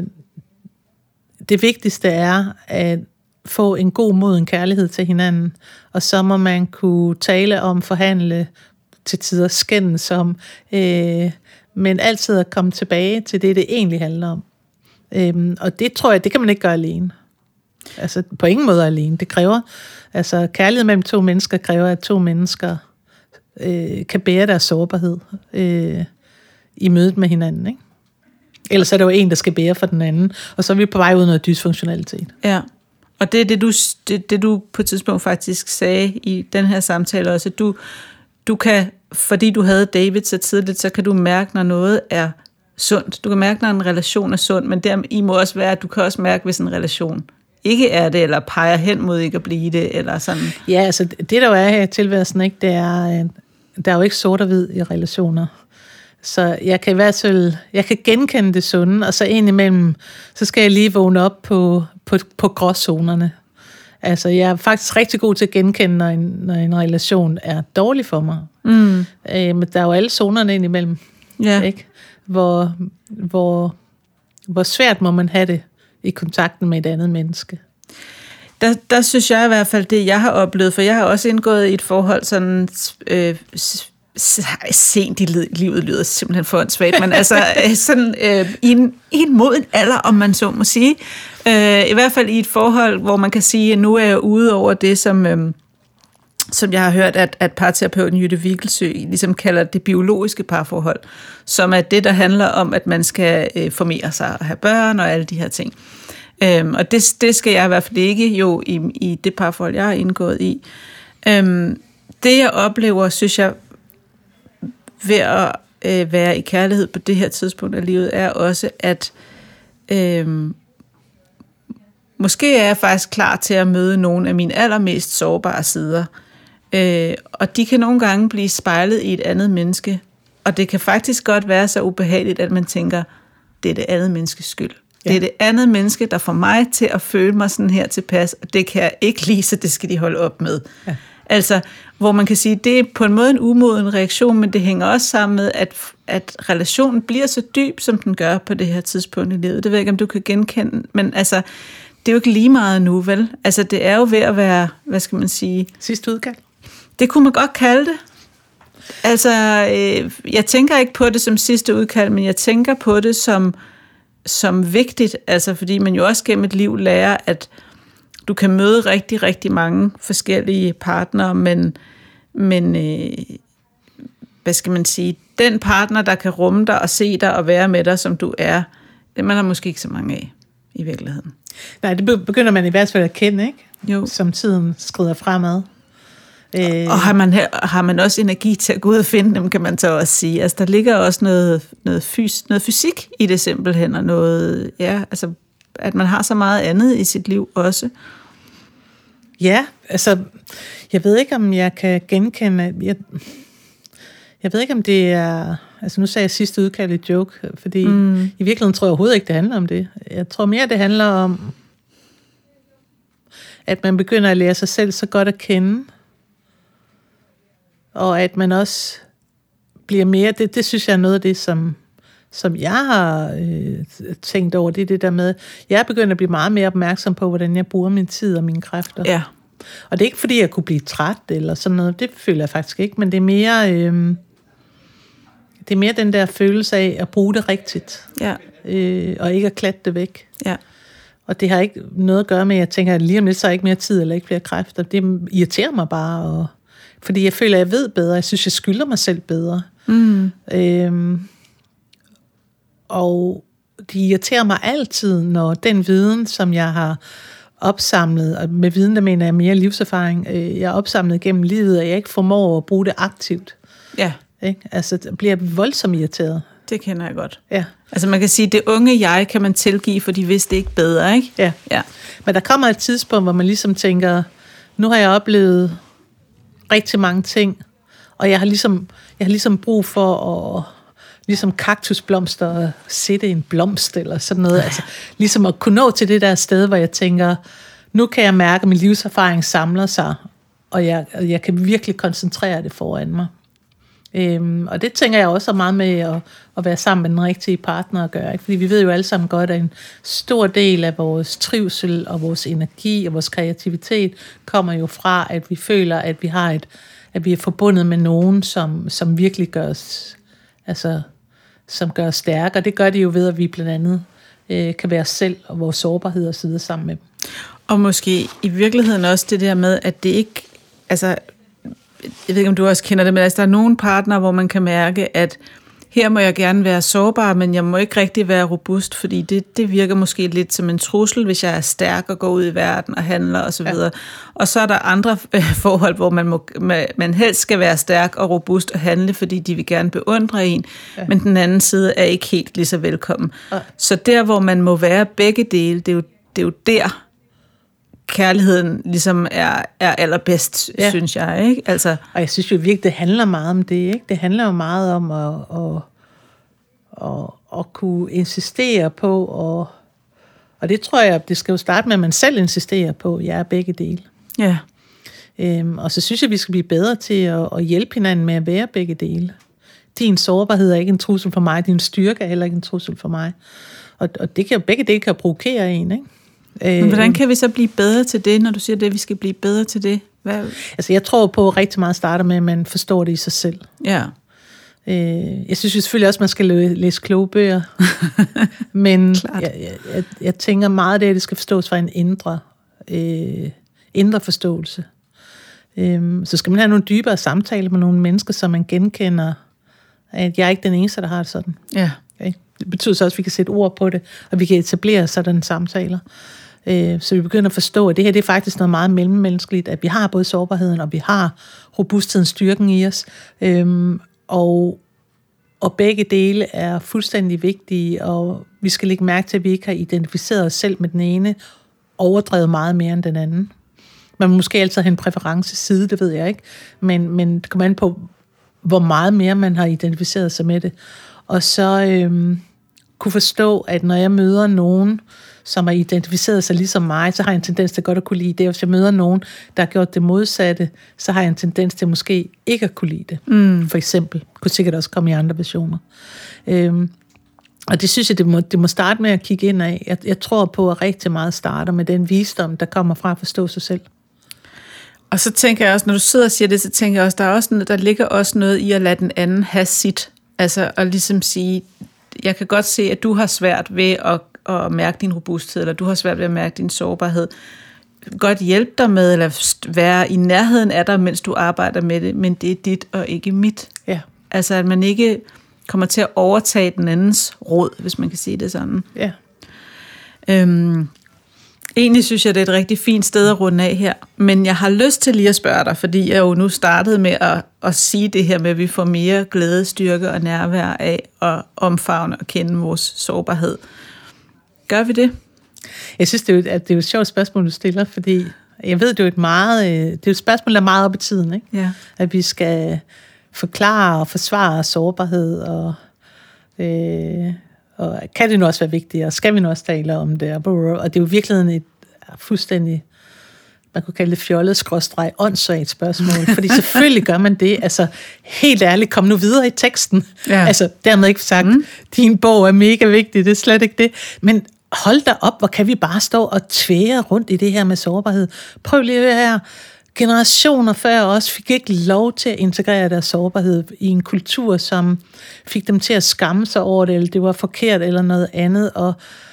det vigtigste er at få en god moden kærlighed til hinanden. Og så må man kunne tale om, forhandle, til tider skændes om, øh, men altid at komme tilbage til det, det egentlig handler om. Øhm, og det tror jeg, det kan man ikke gøre alene. Altså på ingen måde alene. Det kræver, altså kærlighed mellem to mennesker kræver, at to mennesker øh, kan bære deres sårbarhed øh, i mødet med hinanden, ikke? Ellers er der jo en, der skal bære for den anden, og så er vi på vej ud af noget dysfunktionalitet. Ja, og det er det du, det, det, du på et tidspunkt faktisk sagde i den her samtale også, at du, du kan, fordi du havde David så tidligt, så kan du mærke, når noget er sundt. Du kan mærke, når en relation er sund, men der i må også være, at du kan også mærke, hvis en relation ikke er det, eller peger hen mod ikke at blive det, eller sådan. Ja, altså det der jo er her i tilværelsen, ikke, det er, der er jo ikke sort og hvid i relationer. Så jeg kan i hvert fald, jeg kan genkende det sunde, og så indimellem, så skal jeg lige vågne op på, på, på gråzonerne. Altså, jeg er faktisk rigtig god til at genkende, når en, når en relation er dårlig for mig. Mm. Øh, men der er jo alle zonerne indimellem. Ja. Ikke? Hvor, hvor, hvor svært må man have det i kontakten med et andet menneske? Der, der synes jeg i hvert fald, det jeg har oplevet, for jeg har også indgået i et forhold sådan øh, sent i livet, lyder simpelthen for åndssvagt, men altså sådan øh, i, en, i en moden alder, om man så må sige. Øh, I hvert fald i et forhold, hvor man kan sige, at nu er jeg ude over det, som, øh, som jeg har hørt, at, at parterapeuten Jytte Vigelsø ligesom kalder det biologiske parforhold, som er det, der handler om, at man skal øh, formere sig og have børn og alle de her ting. Øhm, og det, det skal jeg i hvert fald ikke jo i, i det parforhold, jeg har indgået i. Øhm, det jeg oplever, synes jeg, ved at øh, være i kærlighed på det her tidspunkt af livet, er også, at øh, måske er jeg faktisk klar til at møde nogle af mine allermest sårbare sider. Øh, og de kan nogle gange blive spejlet i et andet menneske. Og det kan faktisk godt være så ubehageligt, at man tænker, det er det andet menneskes skyld. Ja. Det er det andet menneske, der får mig til at føle mig sådan her tilpas, og det kan jeg ikke lide, så det skal de holde op med. Ja. Altså, hvor man kan sige, det er på en måde en umoden reaktion, men det hænger også sammen med, at, at relationen bliver så dyb, som den gør på det her tidspunkt i livet. Det ved jeg ikke, om du kan genkende, men altså, det er jo ikke lige meget nu, vel? Altså, det er jo ved at være, hvad skal man sige? Sidste udkald? Det kunne man godt kalde det. Altså, øh, jeg tænker ikke på det som sidste udkald, men jeg tænker på det som, som vigtigt, altså fordi man jo også gennem et liv lærer, at du kan møde rigtig, rigtig mange forskellige partnere, men, men øh, hvad skal man sige, den partner, der kan rumme dig og se dig og være med dig, som du er, det man har måske ikke så mange af i virkeligheden. Nej, det begynder man i hvert fald at kende, ikke? Jo. Som tiden skrider fremad. Øh. Og har man, har man også energi til at gå ud og finde dem, kan man så også sige. Altså, der ligger også noget, noget, fys, noget fysik i det simpelthen, og noget, ja, altså, at man har så meget andet i sit liv også. Ja, altså, jeg ved ikke, om jeg kan genkende, jeg, jeg ved ikke, om det er, altså nu sagde jeg sidste udkald et joke, fordi mm. i virkeligheden tror jeg overhovedet ikke, det handler om det. Jeg tror mere, det handler om, at man begynder at lære sig selv så godt at kende, og at man også bliver mere, det, det synes jeg er noget af det, som, som jeg har øh, tænkt over, det er det der med, jeg er begyndt at blive meget mere opmærksom på, hvordan jeg bruger min tid og mine kræfter. Ja. Og det er ikke fordi, jeg kunne blive træt eller sådan noget, det føler jeg faktisk ikke, men det er mere, øh, det er mere den der følelse af at bruge det rigtigt, ja. øh, og ikke at klatte det væk. Ja. Og det har ikke noget at gøre med, at jeg tænker, at lige om lidt, så er ikke mere tid eller ikke flere kræfter. Det irriterer mig bare, og, fordi jeg føler, at jeg ved bedre. Jeg synes, jeg skylder mig selv bedre. Mm. Øhm, og det irriterer mig altid, når den viden, som jeg har opsamlet, og med viden, der mener jeg mere livserfaring, øh, jeg har opsamlet gennem livet, og jeg ikke formår at bruge det aktivt. Ja. Ikke? Altså, det bliver voldsomt irriteret. Det kender jeg godt. Ja. Altså man kan sige, at det unge jeg kan man tilgive, for de vidste ikke bedre, ikke? Ja. Ja. Men der kommer et tidspunkt, hvor man ligesom tænker, nu har jeg oplevet rigtig mange ting, og jeg har ligesom, jeg har ligesom brug for at, ligesom kaktusblomster, sætte en blomst eller sådan noget, altså ligesom at kunne nå til det der sted, hvor jeg tænker, nu kan jeg mærke, at min livserfaring samler sig, og jeg, jeg kan virkelig koncentrere det foran mig. Øhm, og det tænker jeg også meget med at, at være sammen med den rigtige partner at gøre, ikke? Fordi vi ved jo alle sammen godt, at en stor del af vores trivsel og vores energi og vores kreativitet kommer jo fra, at vi føler, at vi har et, at vi er forbundet med nogen, som, som virkelig gør os, altså, som gør os stærke. Og det gør det jo ved, at vi blandt andet øh, kan være os selv og vores sårbarhed og så videre sammen med dem. Og måske i virkeligheden også det der med, at det ikke, altså jeg ved ikke, om du også kender det, men altså, der er nogle partner, hvor man kan mærke, at her må jeg gerne være sårbar, men jeg må ikke rigtig være robust, fordi det, det virker måske lidt som en trussel, hvis jeg er stærk og går ud i verden og handler og så videre. Ja. Og så er der andre øh, forhold, hvor man, må, man helst skal være stærk og robust og handle, fordi de vil gerne beundre en, ja. Men den anden side er ikke helt lige så velkommen. Ja. Så der, hvor man må være begge dele, det er jo, det er jo der, kærligheden ligesom er, er allerbedst, ja. Synes jeg, ikke? Altså, og jeg synes jo virkelig, det handler meget om det, ikke? Det handler jo meget om at, at, at, at kunne insistere på at, Og det tror jeg, det skal jo starte med, at man selv insisterer på, at jeg er begge dele. Ja. Øhm, og så synes jeg, vi skal blive bedre til at, at hjælpe hinanden med at være begge dele. Din sårbarhed er ikke en trussel for mig, din styrke er heller ikke en trussel for mig. Og, og det kan jo, begge dele kan provokere en, ikke? Men hvordan kan vi så blive bedre til det, når du siger det, vi skal blive bedre til det? Hvad? Altså, jeg tror på, at rigtig meget starter med, at man forstår det i sig selv. Ja. Øh, jeg synes jo selvfølgelig også, at man skal læse kloge bøger. Men jeg, jeg, jeg tænker meget af det, at det skal forstås fra en indre, øh, indre forståelse. Øh, så skal man have nogle dybere samtaler med nogle mennesker, så man genkender, at jeg er ikke den eneste, der har det sådan. Ja. Okay? Det betyder så også, at vi kan sætte ord på det, og vi kan etablere sådan samtaler. Så vi begynder at forstå, at det her det er faktisk noget meget mellemmenneskeligt, at vi har både sårbarheden, og vi har robustheden, styrken i os. Og, og begge dele er fuldstændig vigtige, og vi skal lægge mærke til, at vi ikke har identificeret os selv med den ene, overdrevet meget mere end den anden. Man må måske altid have en præferenceside, det ved jeg ikke, men, men det kommer an på, hvor meget mere man har identificeret sig med det. Og så øhm, kunne forstå, at når jeg møder nogen, som har identificeret sig ligesom mig, så har jeg en tendens til godt at kunne lide det. Og hvis jeg møder nogen, der har gjort det modsatte, så har jeg en tendens til måske ikke at kunne lide det. Mm. For eksempel. Det kunne sikkert også komme i andre versioner. Øhm, og det synes jeg, det må, det må starte med at kigge ind af. Jeg, jeg tror på, at rigtig meget starter med den visdom, der kommer fra at forstå sig selv. Og så tænker jeg også, når du sidder og siger det, så tænker jeg også, der, er også noget, der ligger også noget i at lade den anden have sit. Altså at ligesom sige, jeg kan godt se, at du har svært ved at, at mærke din robusthed, eller du har svært ved at mærke din sårbarhed. Godt hjælpe dig med, eller være i nærheden af dig, mens du arbejder med det, men det er dit og ikke mit. Ja. Altså at man ikke kommer til at overtage den andens råd, hvis man kan sige det sådan. Ja. Øhm, Egentlig synes jeg, det er et rigtig fint sted at runde af her, men jeg har lyst til lige at spørge dig, fordi jeg jo nu startede med at, at sige det her med, at vi får mere glæde, styrke og nærvær af at omfavne og kende vores sårbarhed. Gør vi det? Jeg synes, det er jo, at det er jo et sjovt spørgsmål, du stiller, fordi jeg ved, det er jo et meget, det er jo et spørgsmål, der er meget op i tiden, ikke? Ja. At vi skal forklare og forsvare sårbarhed, og, øh, og kan det nu også være vigtigt, og skal vi nu også tale om det, og det er jo virkelig et fuldstændig, man kunne kalde det fjollet skråstreg åndssvagt spørgsmål, fordi selvfølgelig gør man det, altså helt ærligt, kom nu videre i teksten, ja. Altså dermed ikke sagt, mm. din bog er mega vigtig, det er slet ikke det, men hold da op, hvor kan vi bare stå og tvære rundt i det her med sårbarhed. Prøv lige at her. Generationer før os fik ikke lov til at integrere deres sårbarhed i en kultur, som fik dem til at skamme sig over det, eller det var forkert, eller noget andet. Og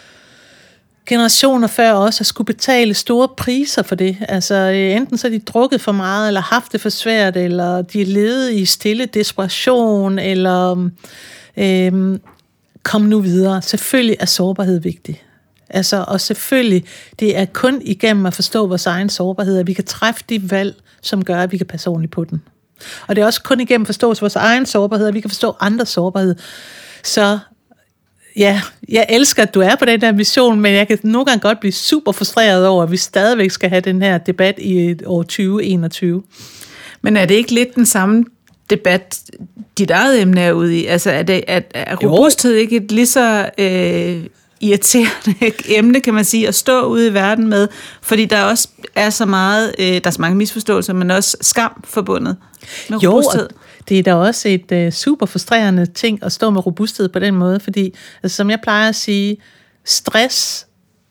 generationer før os har skulle betale store priser for det. Altså enten så er de drukket for meget, eller haft det for svært, eller de er levet i stille desperation, eller øhm, kom nu videre. Selvfølgelig er sårbarhed vigtig. Altså, og selvfølgelig, det er kun igennem at forstå vores egen sårbarhed, at vi kan træffe de valg, som gør, at vi kan passe ordentligt på den. Og det er også kun igennem at forstå vores egen sårbarhed, at vi kan forstå andres sårbarhed. Så ja, jeg elsker, at du er på den der mission, men jeg kan nogle gange godt blive super frustreret over, at vi stadigvæk skal have den her debat i år tyve enogtyve. Men er det ikke lidt den samme debat, dit eget emne er ude i? Altså, er, det, er, er robusthed ikke et lige så øh, irriterende emne, kan man sige, at stå ude i verden med? Fordi der også er så meget, øh, der er så mange misforståelser, men også skam forbundet med jo, robusthed. Det er da også et øh, super frustrerende ting at stå med robusthed på den måde, fordi, altså, som jeg plejer at sige, stress,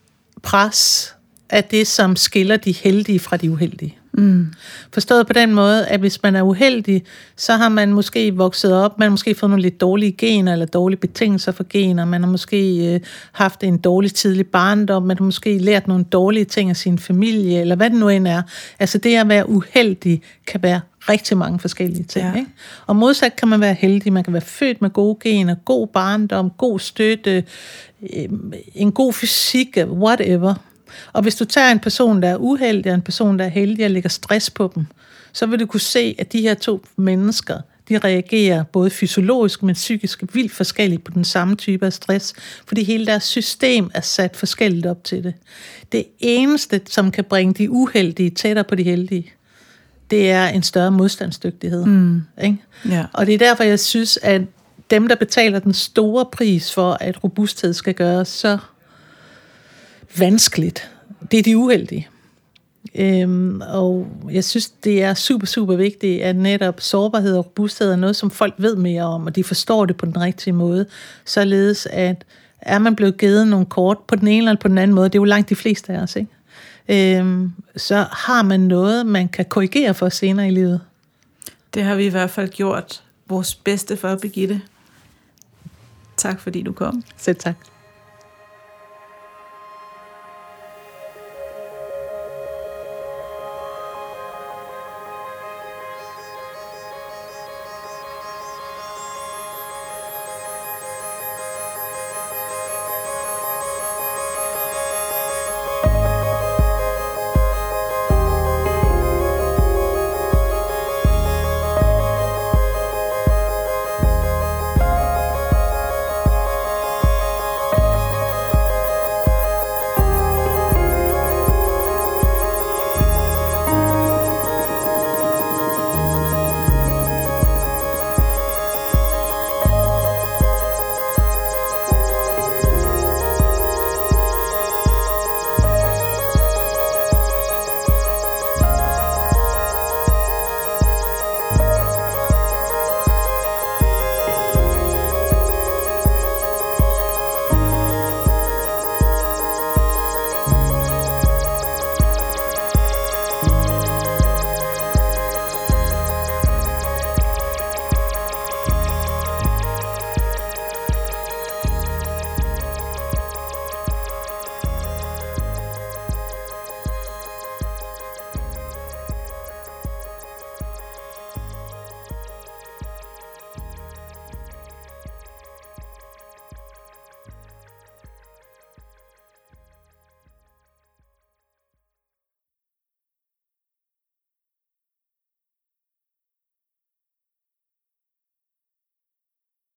pres, er det, som skiller de heldige fra de uheldige. Mm. Forstået på den måde, at hvis man er uheldig, så har man måske vokset op, man har måske fået nogle lidt dårlige gener, eller dårlige betingelser for gener, man har måske øh, haft en dårlig tidlig barndom, man har måske lært nogle dårlige ting af sin familie, eller hvad det nu end er. Altså det at være uheldig, kan være rigtig mange forskellige ting. Ja. Ikke? Og modsat kan man være heldig, man kan være født med gode gener, god barndom, god støtte, øh, en god fysik, whatever. Og hvis du tager en person, der er uheldig, og en person, der er heldig, og lægger stress på dem, så vil du kunne se, at de her to mennesker, de reagerer både fysiologisk, men psykisk vildt forskelligt på den samme type af stress, fordi hele deres system er sat forskelligt op til det. Det eneste, som kan bringe de uheldige tættere på de heldige, det er en større modstandsdygtighed. Mm. Ikke? Ja. Og det er derfor, jeg synes, at dem, der betaler den store pris for, at robusthed skal gøres så vanskeligt, det er de uheldige. Øhm, og jeg synes, det er super, super vigtigt, at netop sårbarhed og robusthed er noget, som folk ved mere om, og de forstår det på den rigtige måde, således at er man blevet givet nogle kort på den ene eller på den anden måde, det er jo langt de fleste af os, ikke? Øhm, så har man noget, man kan korrigere for senere i livet. Det har vi i hvert fald gjort vores bedste for, Birgitte. Tak fordi du kom. Selv tak.